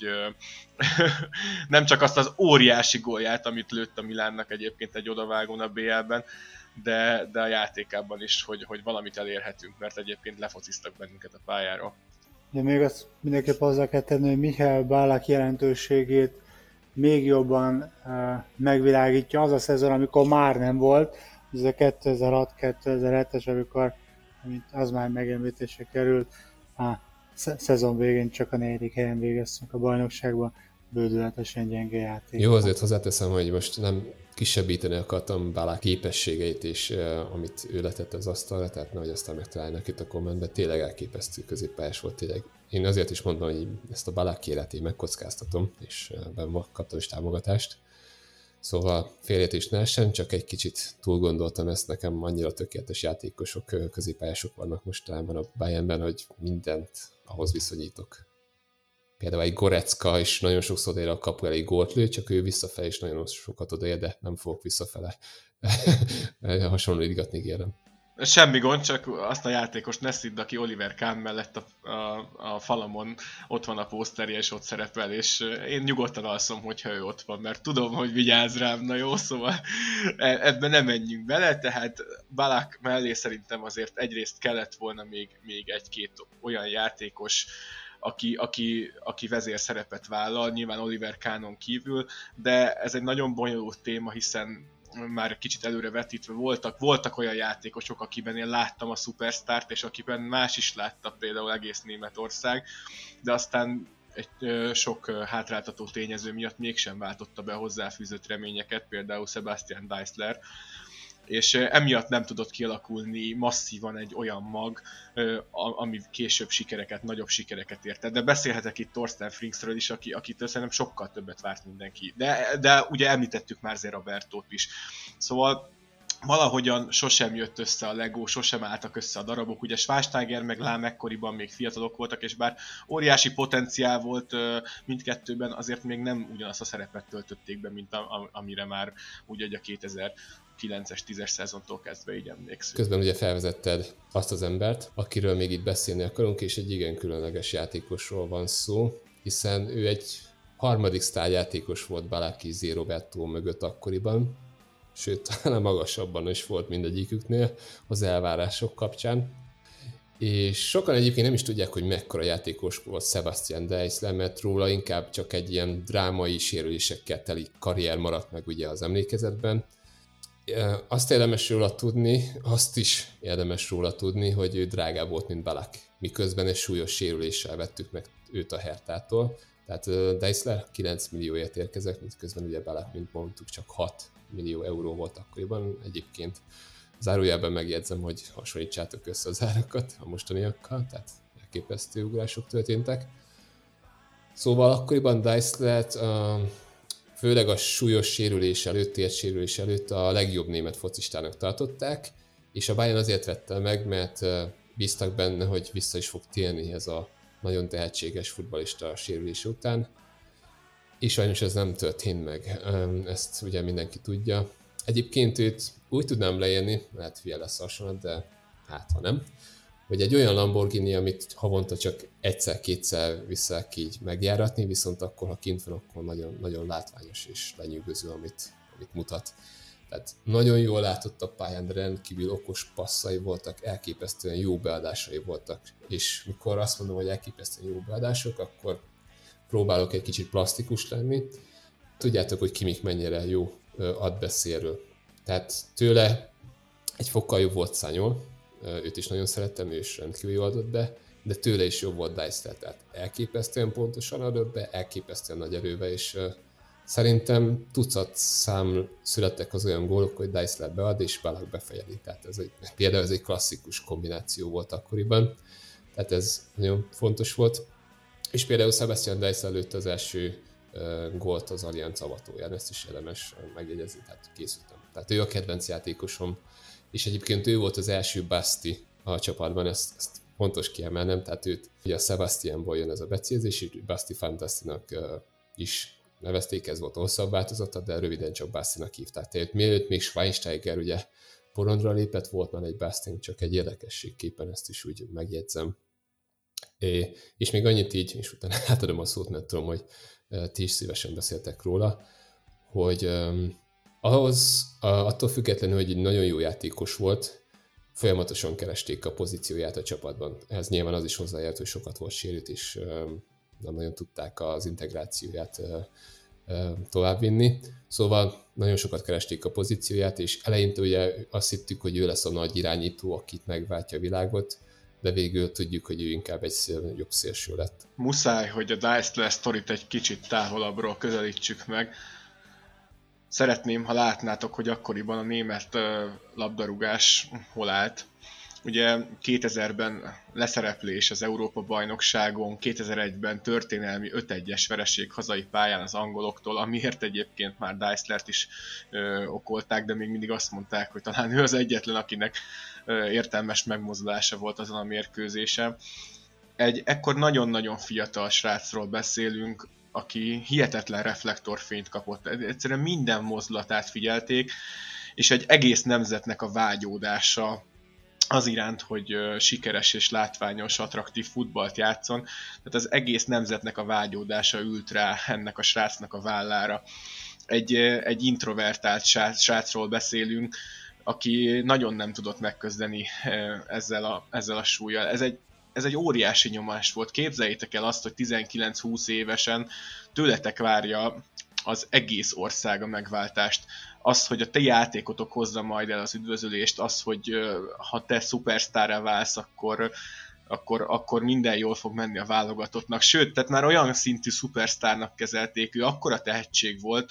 Speaker 4: nem csak azt az óriási gólját, amit lőtt a Milánnak egyébként egy odavágón a BL-ben, de a játékában is, hogy valamit elérhetünk, mert egyébként lefociztak bennünket a pályáról.
Speaker 2: De még azt mindenképp hozzá kell tenni, hogy Michael Ballack jelentőségét még jobban megvilágítja az a szezon, amikor már nem volt, ez a 2006-2007-es, amikor az már megemlítésre került, szezon végén csak a 4. helyen végeztünk a bajnokságban, bődületesen gyenge játék.
Speaker 1: Jó, azért hozzáteszem, hogy most nem kisebbíteni akartam Ballack képességeit és amit ő letett az asztalra, tehát nehogy aztán megtalálnak itt a kommentben, tényleg elképesztő középpályás volt, tényleg. Én azért is mondom, hogy ezt a Ballack életét megkockáztatom, és kaptam is támogatást. Szóval félreértés ne essen, csak egy kicsit túl gondoltam ezt, nekem annyira tökéletes játékosok, középpályások vannak mostanában a Bayernben, hogy mindent ahhoz viszonyítok. Például egy Goretzka is nagyon sokszor ér a kapu elé gólt lő, csak ő visszafele is nagyon sokat odaér, de nem fogok visszafele hasonlítgatni, ígérem.
Speaker 4: Semmi gond, csak azt a játékost ne szidd, aki Oliver Kahn mellett a falamon ott van a poszterje, és ott szerepel, és én nyugodtan alszom, hogyha ő ott van, mert tudom, hogy vigyáz rám, na jó, szóval ebben nem menjünk bele, tehát Ballack mellé szerintem azért egyrészt kellett volna még egy-két olyan játékos, aki vezérszerepet vállal, nyilván Oliver Kahnon kívül, de ez egy nagyon bonyolult téma, hiszen már kicsit előre vetítve voltak olyan játékosok, akiben én láttam a szupersztárt, és akiben más is látta, például egész Németország, de aztán egy sok hátráltató tényező miatt mégsem váltotta be a hozzáfűzött reményeket, például Sebastian Deisler, és emiatt nem tudott kialakulni masszívan egy olyan mag, ami később nagyobb sikereket érte. De beszélhetek itt Thorsten Frings-ről is, akitől szerintem sokkal többet várt mindenki. De ugye említettük már Zerabertót is. Szóval valahogyan sosem jött össze a Lego, sosem álltak össze a darabok. Ugye Schweinsteiger meg Lahm ekkoriban még fiatalok voltak, és bár óriási potenciál volt mindkettőben, azért még nem ugyanazt a szerepet töltötték be, mint amire már úgy a 2009-es, 10-es szezontól kezdve így emlékszünk.
Speaker 1: Közben ugye felvezetted azt az embert, akiről még itt beszélni akarunk, és egy igen különleges játékosról van szó, hiszen ő egy harmadik sztárjátékos volt Balaki Roberto mögött akkoriban, sőt, talán magasabban is volt mindegyiküknél az elvárások kapcsán. És sokan egyébként nem is tudják, hogy mekkora játékos volt Sebastian Deisler, mert róla inkább csak egy ilyen drámai sérülésekkel teli karrier maradt meg ugye az emlékezetben. Azt is érdemes róla tudni, hogy ő drágább volt, mint Balak, miközben egy súlyos sérüléssel vettük meg őt a Hertától. Tehát Deisler 9 millióért érkezett, miközben ugye Balak, mint mondtuk, csak 6 millió euró volt akkoriban. Egyébként zárójelben megjegyzem, hogy hasonlítsátok össze az árakat a mostaniakkal, tehát elképesztő ugrások történtek. Szóval akkoriban Deislert főleg a súlyos sérülés előtt, térsérülés előtt a legjobb német focistának tartották, és a Bayern azért vette meg, mert bíztak benne, hogy vissza is fog térni ez a nagyon tehetséges futballista a sérülés után, és sajnos ez nem történt meg, ezt ugye mindenki tudja. Egyébként őt úgy tudnám leírni, lehet hülye lesz hasonlat, de hát ha nem, hogy egy olyan Lamborghini, amit havonta csak egyszer-kétszer vissza ki így megjáratni, viszont akkor, ha kint van, akkor nagyon, nagyon látványos és lenyűgöző, amit mutat. Tehát nagyon jól látott a pályán, de rendkívül okos passzai voltak, elképesztően jó beadásai voltak. És mikor azt mondom, hogy elképesztően jó beadások, akkor próbálok egy kicsit plastikus lenni. Tudjátok, hogy Kimmich mennyire jó ad beszélről. Tehát tőle egy fokkal jobb volt Szányol, őt is nagyon szerettem, ő is rendkívül jól adott be, de tőle is jobb volt Deisler, tehát elképesztően pontosan adott be, elképesztően nagy erővel, és szerintem tucat szám születtek az olyan gólok, hogy Deisler bead, és Balak befejeli. Tehát például ez egy klasszikus kombináció volt akkoriban, tehát ez nagyon fontos volt. És például Sebastian Deisler lőtte az első gólt az Allianz avatóján, ezt is érdemes megjegyezni, tehát készültem. Tehát ő a kedvenc játékosom, és egyébként ő volt az első Basti a csapatban, ezt fontos kiemelnem, tehát őt ugye a Sebastianból jön ez a becézés, és Basti Fantastinak is nevezték, ez volt a hosszabb változata, de röviden csak Bastinak hívták. Tehát mielőtt még Schweinsteiger ugye porondra lépett, volt már egy Basti, csak egy érdekességképpen ezt is úgy megjegyzem. És még annyit így, és utána átadom a szót, mert tudom, hogy ti is szívesen beszéltek róla, hogy attól függetlenül, hogy egy nagyon jó játékos volt, folyamatosan keresték a pozícióját a csapatban. Ez nyilván az is hozzájárt, hogy sokat volt sérült, és nem nagyon tudták az integrációját továbbvinni. Szóval nagyon sokat keresték a pozícióját, és eleinte ugye azt hittük, hogy ő lesz a nagy irányító, akit megváltja a világot, de végül tudjuk, hogy ő inkább egy jobb szélső lett.
Speaker 4: Muszáj, hogy a Deisler sztorit egy kicsit távolabbról közelítsük meg. Szeretném, ha látnátok, hogy akkoriban a német labdarúgás hol állt. Ugye 2000-ben leszereplés az Európa-bajnokságon, 2001-ben történelmi 5-1-es vereség hazai pályán az angoloktól, amiért egyébként már Deislert is okolták, de még mindig azt mondták, hogy talán ő az egyetlen, akinek értelmes megmozdulása volt azon a mérkőzésen. Egy ekkor nagyon-nagyon fiatal srácról beszélünk, aki hihetetlen reflektorfényt kapott. Egyszerűen minden mozdulatát figyelték, és egy egész nemzetnek a vágyódása az iránt, hogy sikeres és látványos, attraktív futballt játszon. Tehát az egész nemzetnek a vágyódása ült rá ennek a srácnak a vállára. Egy introvertált srácról beszélünk, aki nagyon nem tudott megküzdeni ezzel a súllyal. Ez egy óriási nyomás volt. Képzeljétek el azt, hogy 19-20 évesen tőletek várja az egész ország a megváltást. Az, hogy a te játékotok hozza majd el az üdvözölést, az, hogy ha te szupersztárrá válsz, akkor minden jól fog menni a válogatottnak. Sőt, tehát már olyan szintű szupersztárnak kezelték, ő akkora tehetség volt,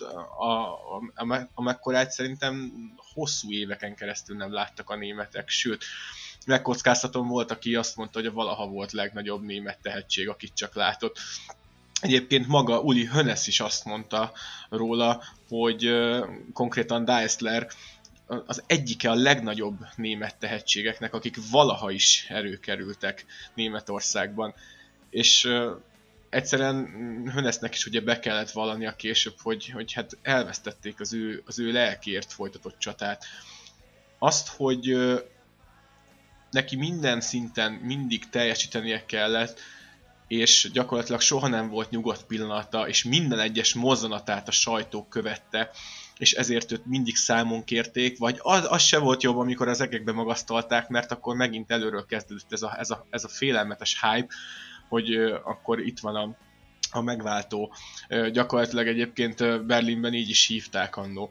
Speaker 4: amekkorát szerintem hosszú éveken keresztül nem láttak a németek. Sőt, megkockáztatom, volt, aki azt mondta, hogy a valaha volt legnagyobb német tehetség, akit csak látott. Egyébként maga Uli Hoeneß is azt mondta róla, hogy konkrétan Deisler az egyike a legnagyobb német tehetségeknek, akik valaha is előkerültek Németországban. És egyszerűen Hoeneßnek is ugye be kellett vallania később, hogy hát elvesztették az ő lelkiért folytatott csatát. Azt, hogy neki minden szinten mindig teljesítenie kellett, és gyakorlatilag soha nem volt nyugodt pillanata, és minden egyes mozzanatát a sajtó követte, és ezért őt mindig számon kérték, vagy az se volt jobb, amikor az egekbe magasztalták, mert akkor megint előről kezdődött ez a félelmetes hype, hogy akkor itt van a megváltó. Gyakorlatilag egyébként Berlinben így is hívták annó.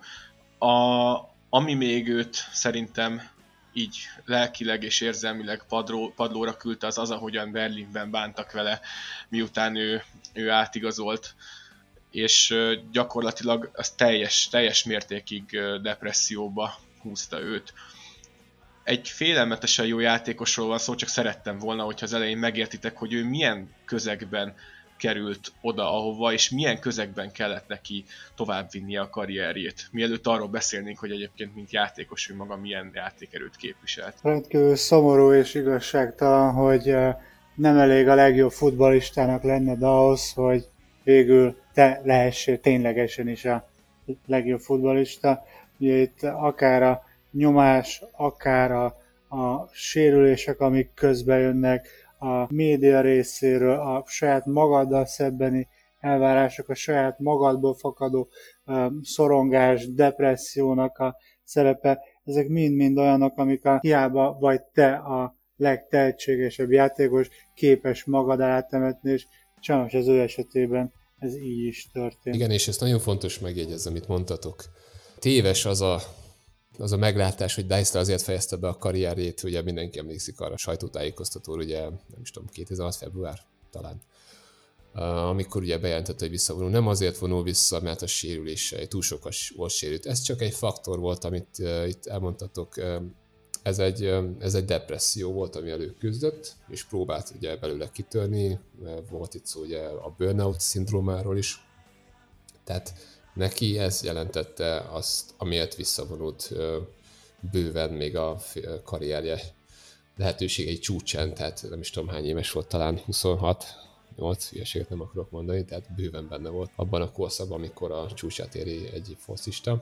Speaker 4: Ami még őt szerintem így lelkileg és érzelmileg padlóra küldte, az, ahogyan Berlinben bántak vele, miután ő átigazolt, és gyakorlatilag az teljes mértékig depresszióba húzta őt. Egy félelmetesen jó játékosról van szó, csak szerettem volna, hogyha az elején megértitek, hogy ő milyen közegben került oda, ahova, és milyen közegben kellett neki továbbvinnie a karrierjét. Mielőtt arról beszélnénk, hogy egyébként mint játékos ő maga milyen játékerőt képviselt.
Speaker 2: Rendkívül szomorú és igazságtalan, hogy nem elég a legjobb futballistának lenned ahhoz, hogy végül te lehessél ténylegesen is a legjobb futballista. Ugye itt akár a nyomás, akár a sérülések, amik közbe jönnek, a média részéről, a saját magaddal szembeni elvárások, a saját magadból fakadó szorongás, depressziónak a szerepe, ezek mind-mind olyanok, amik hiába vagy te a legtehetségesebb játékos, képes magad átemetni, és sajnos az ő esetében ez így is történt.
Speaker 1: Igen, és ezt nagyon fontos megjegyezni, amit mondtatok. Téves az a meglátás, hogy Deisler azért fejezte be a karrierjét, ugye mindenki emlékszik arra a sajtótájékoztatóra, ugye nem is tudom, 2006. február talán, amikor ugye bejelentette, hogy visszavonul. Nem azért vonul vissza, mert a sérülése túl sokat volt sérült. Ez csak egy faktor volt, amit itt elmondtatok. Ez egy depresszió volt, ami előküzdött, és próbált ugye belőle kitörni. Volt itt szó ugye a burnout szindrómáról is. Tehát neki ez jelentette azt, amiért visszavonult bőven még a karrierje lehetőségei csúcsán, tehát nem is tudom hány éves volt, talán 26, 8, hülyeséget nem akarok mondani, tehát bőven benne volt abban a korszakban, amikor a csúcsát éri egy focista,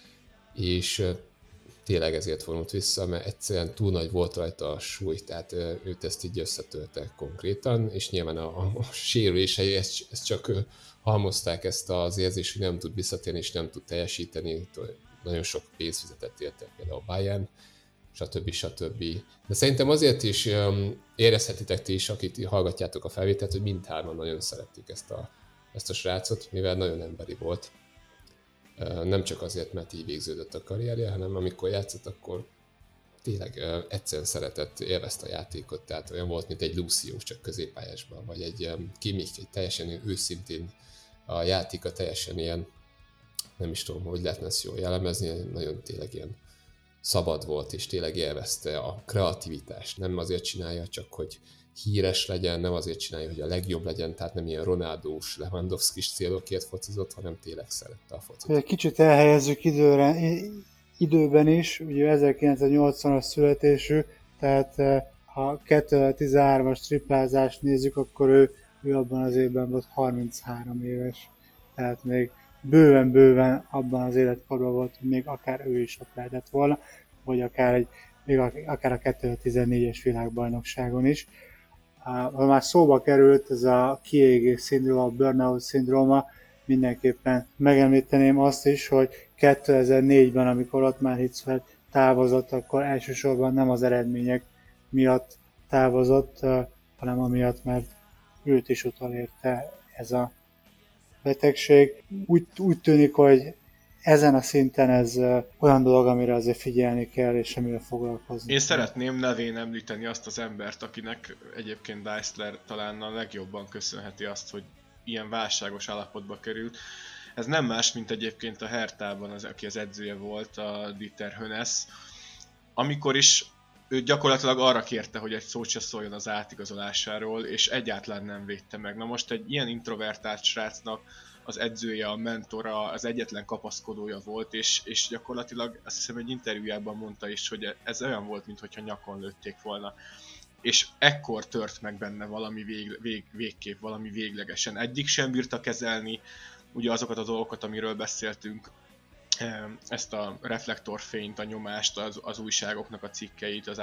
Speaker 1: és tényleg ezért vonult vissza, mert egyszerűen túl nagy volt rajta a súly, tehát őt ezt így összetörte konkrétan, és nyilván a sérülései ezt csak halmozták ezt az érzést, hogy nem tud visszatérni és nem tud teljesíteni, nagyon sok pénzt fizetett érte például a Bayern, stb. De szerintem azért is érezhetitek ti is, akik hallgatjátok a felvételt, hogy mindhárman nagyon szerettük ezt a srácot, mivel nagyon emberi volt. Nem csak azért, mert így végződött a karrierje, hanem amikor játszott, akkor tényleg egyszerűen szeretett, élvezte a játékot, tehát olyan volt, mint egy Lucius, csak középpályásban, vagy egy Kimmich, egy teljesen őszintén a játéka teljesen ilyen, nem is tudom, hogy lehetne ezt jól jellemezni, nagyon tényleg ilyen szabad volt, és tényleg élvezte a kreativitást. Nem azért csinálja csak, hogy híres legyen, nem azért csinálja, hogy a legjobb legyen, tehát nem ilyen Ronaldós, Lewandowski-s célokért focizott, hanem tényleg szerette a focit.
Speaker 2: Egy kicsit elhelyezzük időben is, ugye 1980-as születésű, tehát ha 2013-as triplázást nézzük, akkor ő abban az évben volt 33 éves, tehát még bőven abban az életkorban volt, hogy még akár ő is ott lehetett volna, vagy akár a 2014-es világbajnokságon is. Ha már szóba került ez a kiégés szindróma, a burnout szindróma, mindenképpen megemlíteném azt is, hogy 2004-ben, amikor Ottmar Hitzfeld távozott, akkor elsősorban nem az eredmények miatt távozott, hanem amiatt, mert őt is utolérte betegség. Úgy tűnik, hogy ezen a szinten ez olyan dolog, amire azért figyelni kell, és amivel foglalkozni.
Speaker 4: Én szeretném nevén említeni azt az embert, akinek egyébként Deisler talán a legjobban köszönheti azt, hogy ilyen válságos állapotba került. Ez nem más, mint egyébként a Hertában, aki az edzője volt, a Dieter Hönes, amikor is ő gyakorlatilag arra kérte, hogy egy szót se szóljon az átigazolásáról, és egyáltalán nem védte meg. Na most egy ilyen introvertált srácnak az edzője, a mentora, az egyetlen kapaszkodója volt, és gyakorlatilag azt hiszem egy interjújában mondta is, hogy ez olyan volt, mintha nyakon lőtték volna. És ekkor tört meg benne valami végképp, valami véglegesen. Egyik sem bírta kezelni ugye azokat a dolgokat, amiről beszéltünk, ezt a reflektorfényt, a nyomást, az újságoknak a cikkeit, az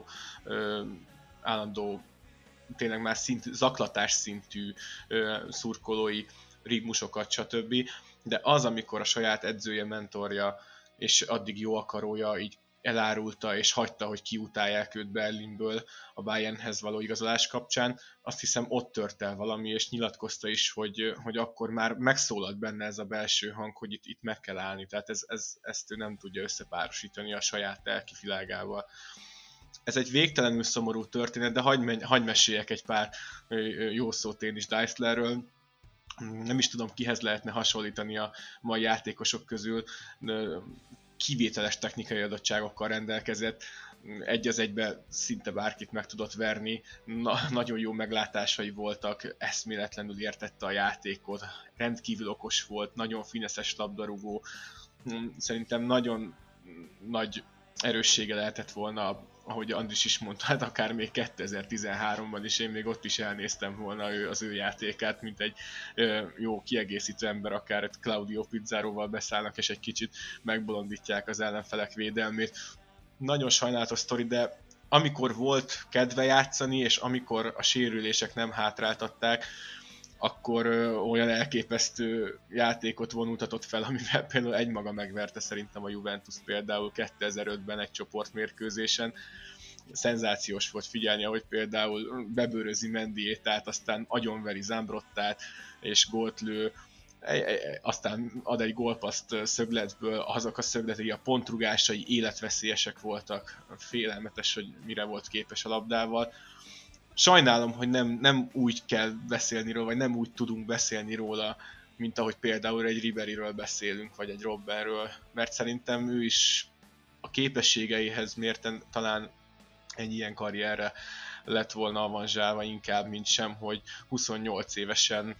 Speaker 4: állandó tényleg már zaklatás szintű szurkolói rigmusokat, stb. De az, amikor a saját edzője, mentorja és addig jó akarója így elárulta és hagyta, hogy kiutálják őt Berlinből a Bayernhez való igazolás kapcsán, azt hiszem ott tört el valami, és nyilatkozta is, hogy akkor már megszólalt benne ez a belső hang, hogy itt meg kell állni, tehát ezt ő nem tudja összepárosítani a saját lelki világával. Ez egy végtelenül szomorú történet, de hagyj meséljek egy pár jó szót én is Deislerről. Nem is tudom, kihez lehetne hasonlítani a mai játékosok közül. Kivételes technikai adottságokkal rendelkezett, egy az egybe szinte bárkit meg tudott verni, nagyon jó meglátásai voltak, eszméletlenül értette a játékot, rendkívül okos volt, nagyon fineszes labdarúgó, szerintem nagyon nagy erőssége lehetett volna, ahogy Andris is mondta, hát akár még 2013-ban is, én még ott is elnéztem volna az ő játékát, mint egy jó kiegészítő ember, akár Claudio Pizarroval beszállnak, és egy kicsit megbolondítják az ellenfelek védelmét. Nagyon sajnálatos sztori, de amikor volt kedve játszani, és amikor a sérülések nem hátráltatták, akkor olyan elképesztő játékot vonultatott fel, amivel például egymaga megverte szerintem a Juventus például 2005-ben egy csoportmérkőzésen. Szenzációs volt figyelni, ahogy például bebőrözi Mendiét, tehát aztán agyonveri Zambrottát, és gólt lő, aztán ad egy gólpaszt szögletből, azok a szögletei, a pontrugásai életveszélyesek voltak, félelmetes, hogy mire volt képes a labdával. Sajnálom, hogy nem úgy kell beszélni róla, vagy nem úgy tudunk beszélni róla, mint ahogy például egy Ribéryről beszélünk, vagy egy Robbenről, mert szerintem ő is a képességeihez mérten talán egy ilyen karrierre lett volna avanzsálva inkább, mint sem, hogy 28 évesen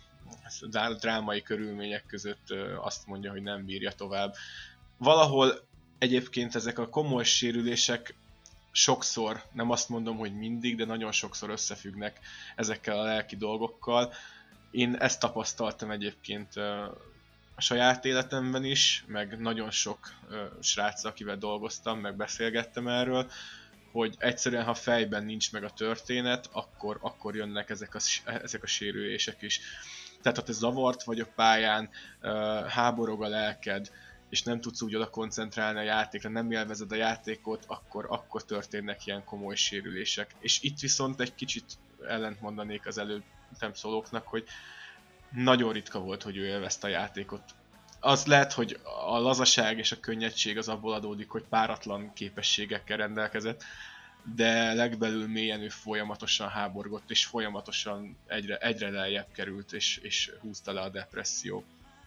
Speaker 4: drámai körülmények között azt mondja, hogy nem bírja tovább. Valahol egyébként ezek a komoly sérülések sokszor, nem azt mondom, hogy mindig, de nagyon sokszor összefüggnek ezekkel a lelki dolgokkal. Én ezt tapasztaltam egyébként a saját életemben is, meg nagyon sok srác, akivel dolgoztam, meg beszélgettem erről, hogy egyszerűen, ha fejben nincs meg a történet, akkor jönnek ezek a sérülések is. Tehát ha te zavart vagy a pályán, háborog a lelked, és nem tudsz úgy oda koncentrálni a játékra, nem élvezed a játékot, akkor történnek ilyen komoly sérülések. És itt viszont egy kicsit ellentmondanék az előttem szólóknak, hogy nagyon ritka volt, hogy ő élvezte a játékot. Az lehet, hogy a lazaság és a könnyedség az abból adódik, hogy páratlan képességekkel rendelkezett, de legbelül mélyen ő folyamatosan háborgott, és folyamatosan egyre lejjebb került, és húzta le a depresszió.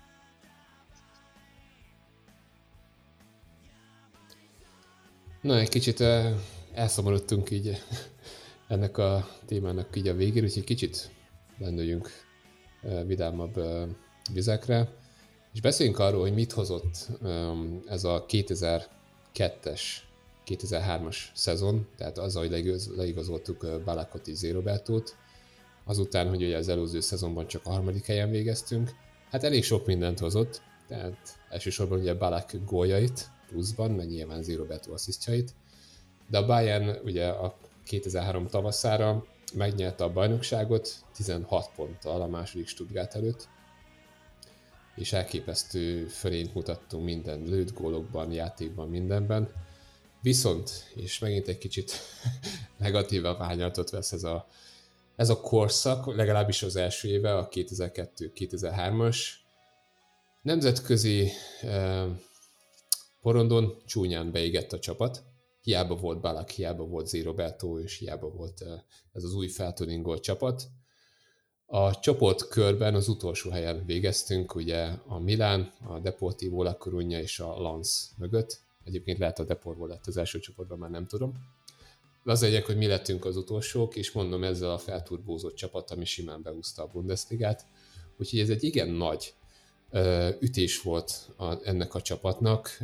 Speaker 1: Na, egy kicsit elszomorodtunk így ennek a témának így a végére, úgyhogy kicsit lendüljünk vidámabb vizekre, és beszéljünk arról, hogy mit hozott ez a 2002-es, 2003-as szezon, tehát azzal, hogy leigazoltuk Balakot és Robertót, azután, hogy ugye az előző szezonban csak a 3. helyen végeztünk, hát elég sok mindent hozott, tehát elsősorban ugye Balak góljait pluszban, meg nyilván Roberto asszisztjait, de a Bayern ugye a 2003 tavaszára megnyerte a bajnokságot 16 ponttal a második Stuttgart előtt, és elképesztő fölényt mutattunk minden lőtt gólokban, játékban, mindenben. Viszont, és megint egy kicsit negatívabb árnyalatot vesz Ez a korszak, legalábbis az első éve, a 2002-2003-as nemzetközi porondon csúnyán beégett a csapat. Hiába volt Balak, hiába volt Zé Roberto, és hiába volt ez az új feltuningolt csapat. A csoportkörben az utolsó helyen végeztünk, ugye a Milán, a Deportivo La Coruña és a Lens mögött. Egyébként lehet a Depor lett az első csoportban, már nem tudom. De az legyek, hogy mi lettünk az utolsók, és mondom, ezzel a felturbózott csapat, ami simán beúszta a Bundesligát. Úgyhogy ez egy igen nagy ütés volt ennek a csapatnak.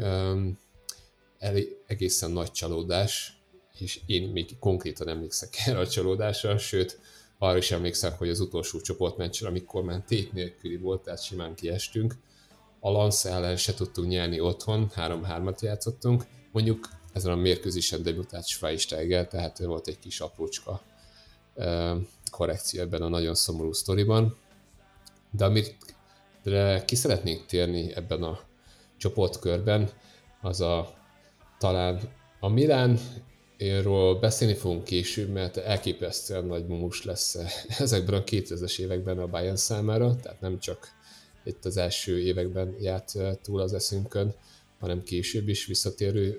Speaker 1: Egészen nagy csalódás, és én még konkrétan emlékszek erre a csalódásra, sőt, arra is emlékszem, hogy az utolsó csoportmeccsre, amikor már tét nélküli volt, tehát simán kiestünk. A Lens ellen se tudtunk nyerni otthon, 3-3-at játszottunk. Mondjuk ezen a mérkőzésen debütált Schweinsteiger, tehát volt egy kis aprócska korrekció ebben a nagyon szomorú sztoriban. De amit ki szeretnénk térni ebben a csoportkörben, az talán a Milánról beszélni fogunk később, mert elképesztően nagy mumus lesz ezekben a 2000-es években a Bayern számára, tehát nem csak itt az első években járt túl az eszünkön, hanem később is visszatérő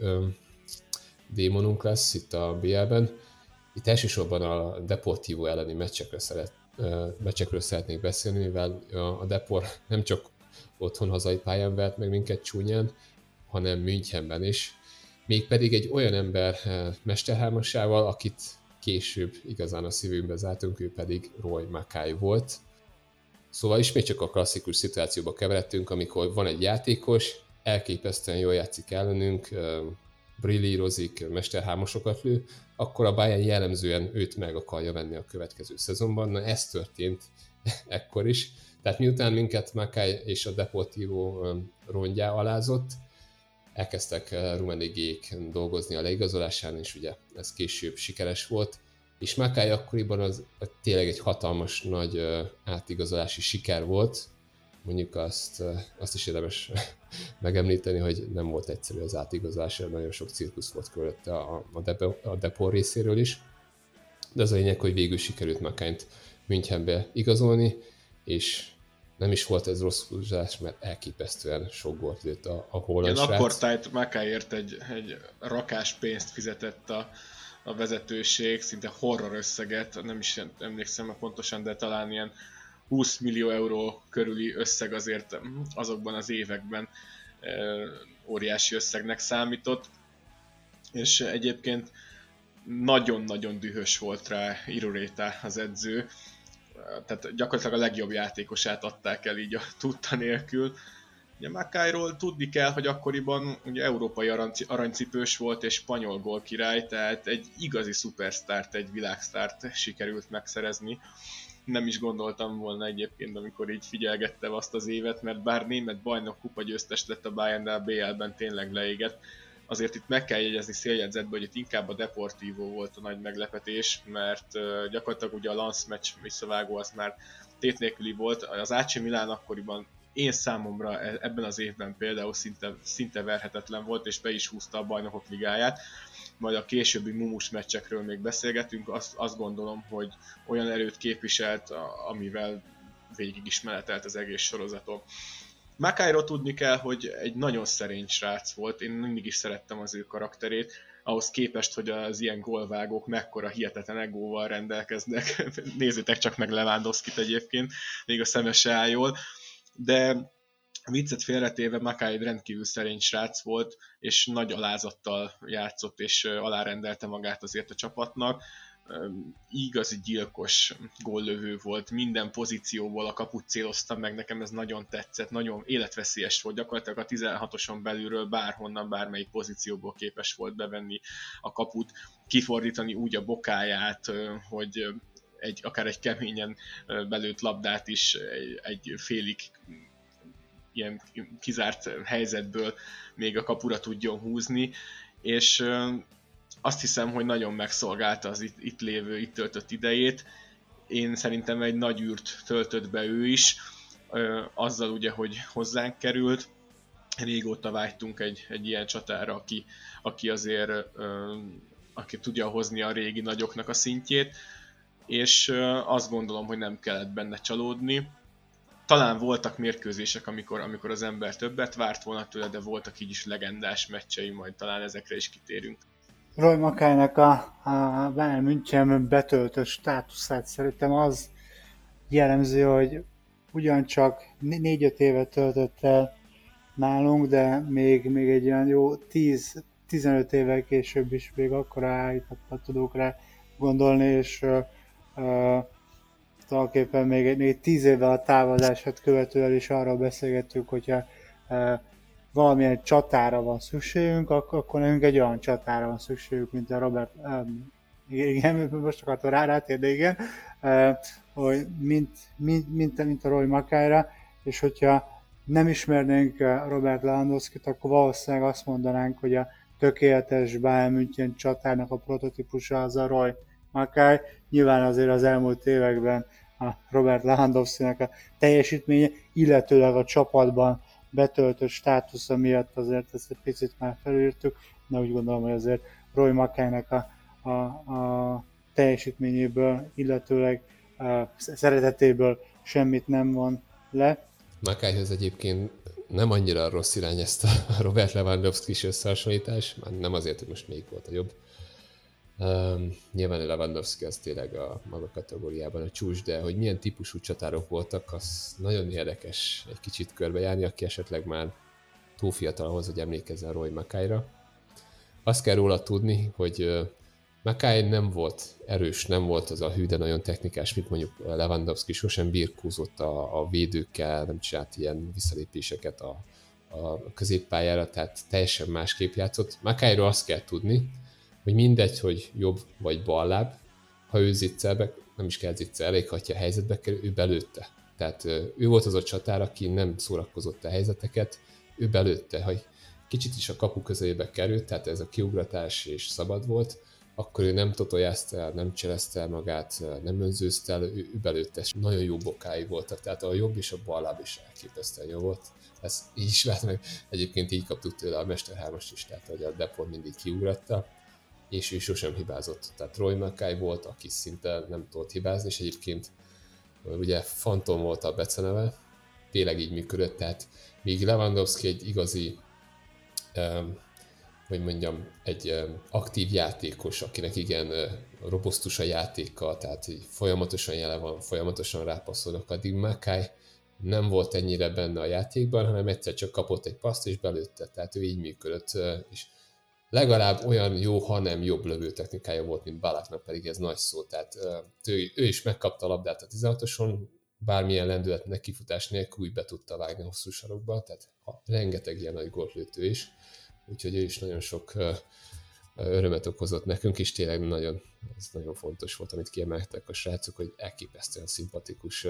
Speaker 1: démonunk lesz itt a BL-ben. Itt elsősorban a Deportivo elleni meccsekről szeretnék beszélni, mivel a Depor nem csak otthon hazai pályán vert meg minket csúnyán, hanem Münchenben is. Mégpedig egy olyan ember mesterhármasával, akit később igazán a szívünkbe zártunk, ő pedig Roy Mackay volt. Szóval ismét csak a klasszikus szituációba keveredtünk, amikor van egy játékos, elképesztően jól játszik ellenünk, brillírozik, mesterhámosokat lő, akkor a Bayern jellemzően őt meg akarja venni a következő szezonban. Na ez történt ekkor is. Tehát miután minket Mackay és a Deportivo rongyá alázott, elkezdtek Rummenigge-ék dolgozni a leigazolásán, és ugye ez később sikeres volt. És Mackay akkoriban az tényleg egy hatalmas nagy átigazolási siker volt. Mondjuk azt is érdemes megemlíteni, hogy nem volt egyszerű az átigazolás, nagyon sok cirkusz volt körülötte a Depor részéről is. De az a lényeg, hogy végül sikerült Mackayt Münchenbe igazolni, és nem is volt ez rossz húzás, mert elképesztően sok gólt lőtt a holland srác.
Speaker 4: Akkor tájt Mackayért egy rakás pénzt fizetett a vezetőség, szinte horror összeget, nem is emlékszem pontosan, de talán ilyen 20 millió euró körüli összeg azért azokban az években óriási összegnek számított, és egyébként nagyon-nagyon dühös volt rá Irureta az edző, tehát gyakorlatilag a legjobb játékosát adták el így a tudta nélkül. Ugye Mackayról tudni kell, hogy akkoriban ugye európai aranycipős volt és spanyol gólkirály, tehát egy igazi szupersztárt, egy világsztárt sikerült megszerezni. Nem is gondoltam volna egyébként, amikor így figyelgettem azt az évet, mert bár német bajnok kupa győztes lett a Bayern, de a BL-ben tényleg leégett. Azért itt meg kell jegyezni széljegyzetbe, hogy itt inkább a Deportivo volt a nagy meglepetés, mert gyakorlatilag ugye a Lens meccs visszavágó az már tét nélküli volt. Az AC Milan akkoriban én számomra ebben az évben például szinte verhetetlen volt, és be is húzta a Bajnokok Ligáját. Majd a későbbi mumus meccsekről még beszélgetünk, azt gondolom, hogy olyan erőt képviselt, amivel végig is menetelt az egész sorozaton. Mackayról tudni kell, hogy egy nagyon szerény srác volt, én mindig is szerettem az ő karakterét, ahhoz képest, hogy az ilyen gólvágók mekkora hihetetlen egóval rendelkeznek. Nézzétek csak meg Lewandowskit egyébként, még a szeme se áll jól. De viccet félretéve Mackay egy rendkívül szerény srác volt, és nagy alázattal játszott, és alárendelte magát azért a csapatnak. Igazi gyilkos góllövő volt, minden pozícióból a kaput célozta meg, nekem ez nagyon tetszett, nagyon életveszélyes volt, gyakorlatilag a 16-oson belülről bárhonnan, bármelyik pozícióból képes volt bevenni a kaput, kifordítani úgy a bokáját, hogy akár egy keményen belőtt labdát is egy félig ilyen kizárt helyzetből még a kapura tudjon húzni, és azt hiszem, hogy nagyon megszolgálta az itt lévő, itt töltött idejét. Én szerintem egy nagy űrt töltött be ő is, azzal ugye, hogy hozzánk került. Régóta vágytunk egy ilyen csatára, aki azért aki tudja hozni a régi nagyoknak a szintjét, és azt gondolom, hogy nem kellett benne csalódni. Talán voltak mérkőzések, amikor az ember többet várt volna tőle, de voltak így is legendás meccsei, majd talán ezekre is kitérünk.
Speaker 2: Roy Mackaynak a Bayern München betöltött státuszát szerintem az jellemző, hogy ugyancsak 4-5 évet töltött el nálunk, de még egy olyan jó 10-15 évvel később is még akkora állítottat tudok rá gondolni, és tulajdonképpen még 10 évvel a távozását követően is arról beszélgettük, hogyha valamilyen csatára van szükségünk, akkor nekünk egy olyan csatára van szükségünk, mint a Robert, igen, most akartam rátérni, igen, hogy mint a Roy Mackayra, és hogyha nem ismernénk Robert Lewandowskit, akkor valószínűleg azt mondanánk, hogy a tökéletes Bayern München csatárnak a prototípusa az a Roy Mackay. Nyilván azért az elmúlt években a Robert Lewandowskinak a teljesítménye, illetőleg a csapatban betöltött státusza miatt azért ezt egy picit már felírtuk, de úgy gondolom, hogy azért Roy Mackaynak a teljesítményéből, illetőleg szeretetéből semmit nem von le.
Speaker 1: Mackayhoz egyébként nem annyira rossz irány ezt a Robert Lewandowski-s összehasonlítás, már nem azért, hogy most melyik volt a jobb. Nyilván a Lewandowski az tényleg a maga kategóriában a csúcs, de hogy milyen típusú csatárok voltak, az nagyon érdekes egy kicsit körbejárni, aki esetleg már túl fiatal ahhoz, hogy emlékezzen Roy Mackayra. Azt kell róla tudni, hogy Mackay nem volt erős, nem volt az a hű, de nagyon technikás, mint mondjuk Lewandowski, sosem birkózott a védőkkel, nem csinált ilyen visszalépéseket a középpályára, tehát teljesen másképp játszott. Mackayról azt kell tudni, hogy mindegy, hogy jobb vagy balláb, ha ő zicserbe, nem is kell zicser, elég, ha a helyzetbe kerül, ő belőtte. Tehát ő volt az a csatár, aki nem szórakozott a helyzeteket, ő belőtte, hogy kicsit is a kapu közelébe került, tehát ez a kiugratás és szabad volt, akkor ő nem totojázta el, nem cselezte el magát, nem önzőzte el, ő belőtte. Nagyon jó bokái voltak, tehát a jobb és a balláb is elképesztően jó volt. Ez így is vált meg. Egyébként így kaptuk tőle a Mester 3-as is, tehát hogy a Deport mindig kiugratta, és ő sosem hibázott. Tehát Roy Mackay volt, aki szinte nem tudott hibázni, és egyébként ugye Phantom volt a beceneve, tényleg így működött, tehát míg Lewandowski egy igazi hogy mondjam, egy aktív játékos, akinek igen robosztus a játéka, tehát így folyamatosan jelen van, folyamatosan rápasszolnak, addig Mackay nem volt ennyire benne a játékban, hanem egyszer csak kapott egy paszt és belőtte, tehát ő így működött, és legalább olyan jó, hanem jobb lövőtechnikája volt, mint Balaknak, pedig ez nagy szó, tehát ő is megkapta a labdát a 16-oson, bármilyen lendület kifutás nélkül úgy be tudta vágni hosszú sarokba, tehát rengeteg ilyen nagy gólt lőtt ő is. Úgyhogy ő is nagyon sok örömet okozott nekünk, és tényleg ez nagyon fontos volt, amit kiemeltek a srácok, hogy elképesztően szimpatikus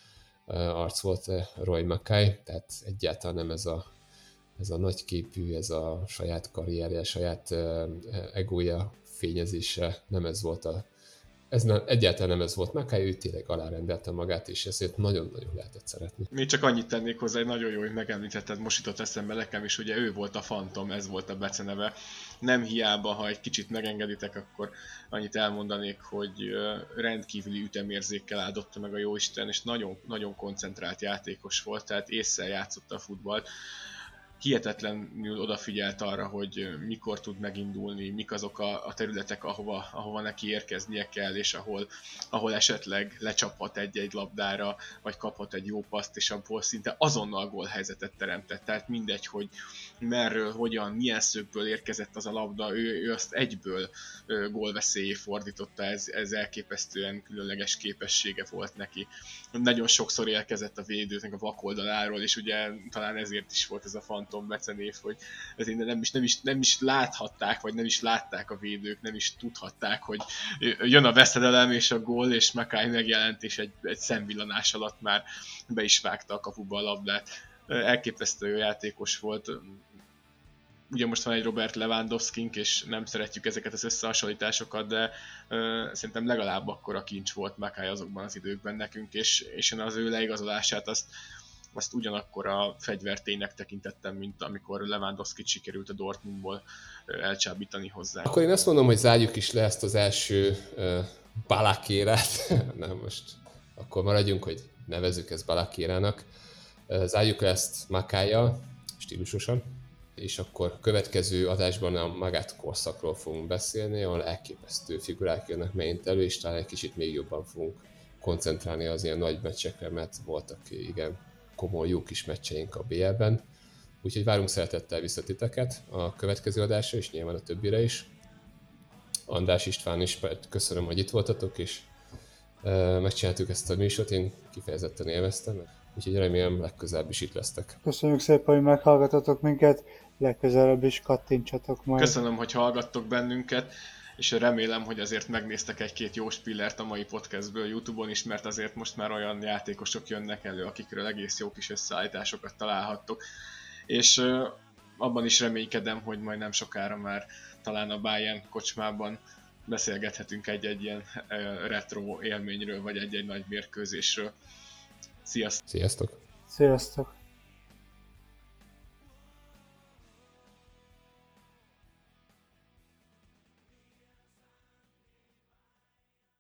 Speaker 1: arc volt Roy Mackay, tehát egyáltalán nem ez a nagyképű, ez a saját karrierje, saját egója, fényezése, nem ez volt egyáltalán nem ez volt Mackay, ő tényleg alárendelte magát, és ezért nagyon-nagyon lehetett szeretni.
Speaker 4: Még csak annyit tennék hozzá, egy nagyon jó, hogy megemlítetted, most jutott eszembe nekem is, ugye ő volt a Phantom, ez volt a beceneve. Nem hiába, ha egy kicsit megengeditek, akkor annyit elmondanék, hogy rendkívüli ütemérzékkel áldotta meg a jóisten, és nagyon, nagyon koncentrált játékos volt, tehát ésszel játszotta a futballt. Hihetetlenül odafigyelt arra, hogy mikor tud megindulni, mik azok a területek, ahova neki érkeznie kell, és ahol esetleg lecsaphat egy-egy labdára, vagy kaphat egy jó paszt, és abból szinte azonnal gólhelyzetet teremtett. Tehát mindegy, hogy merről, hogyan, milyen szögből érkezett az a labda, ő azt egyből gólveszélyé fordította, ez elképesztően különleges képessége volt neki. Nagyon sokszor érkezett a védőnek a vakoldaláról, és ugye talán ezért is volt ez a Phantom becenév, hogy nem is láthatták, vagy nem is látták a védők, nem is tudhatták, hogy jön a veszedelem és a gól, és Mackay megjelent, és egy szemvillanás alatt már be is vágta a kapuba a labdát. Elképesztő játékos volt. Ugye most van egy Robert Lewandowskink, és nem szeretjük ezeket az összehasonlításokat, de szerintem legalább akkora kincs volt Mackay azokban az időkben nekünk, és én az ő leigazolását azt ugyanakkor a fegyverténynek tekintettem, mint amikor Lewandowskit sikerült a Dortmundból elcsábítani hozzá.
Speaker 1: Akkor én azt mondom, hogy zárjuk is le ezt az első Balakérát, nem most, akkor maradjunk, hogy nevezzük ezt Balakérának. Zárjuk le ezt Makájjal, stílusosan, és akkor következő adásban a magát korszakról fogunk beszélni, ahol elképesztő figurák jönnek megint elő, és talán egy kicsit még jobban fogunk koncentrálni az ilyen nagy meccsekre, mert voltak igen komoly, jó kis meccseink a BL-ben. Úgyhogy várunk szeretettel vissza titeket a következő adásra, és nyilván a többire is. András, István is, köszönöm, hogy itt voltatok, és megcsináltuk ezt a műsort, én kifejezetten élveztem, úgyhogy remélem legközelebb is itt lesztek.
Speaker 2: Köszönjük szépen, hogy meghallgatotok minket, legközelebb is kattintsatok majd.
Speaker 4: Köszönöm, hogy hallgattok bennünket, és remélem, hogy azért megnéztek egy-két jó spillert a mai podcastből YouTube-on is, mert azért most már olyan játékosok jönnek elő, akikről egész jó kis összeállításokat találhattok. És abban is reménykedem, hogy majd nem sokára már talán a Bayern kocsmában beszélgethetünk egy-egy ilyen retro élményről, vagy egy-egy nagy mérkőzésről. Sziasztok!
Speaker 1: Sziasztok!
Speaker 2: Sziasztok!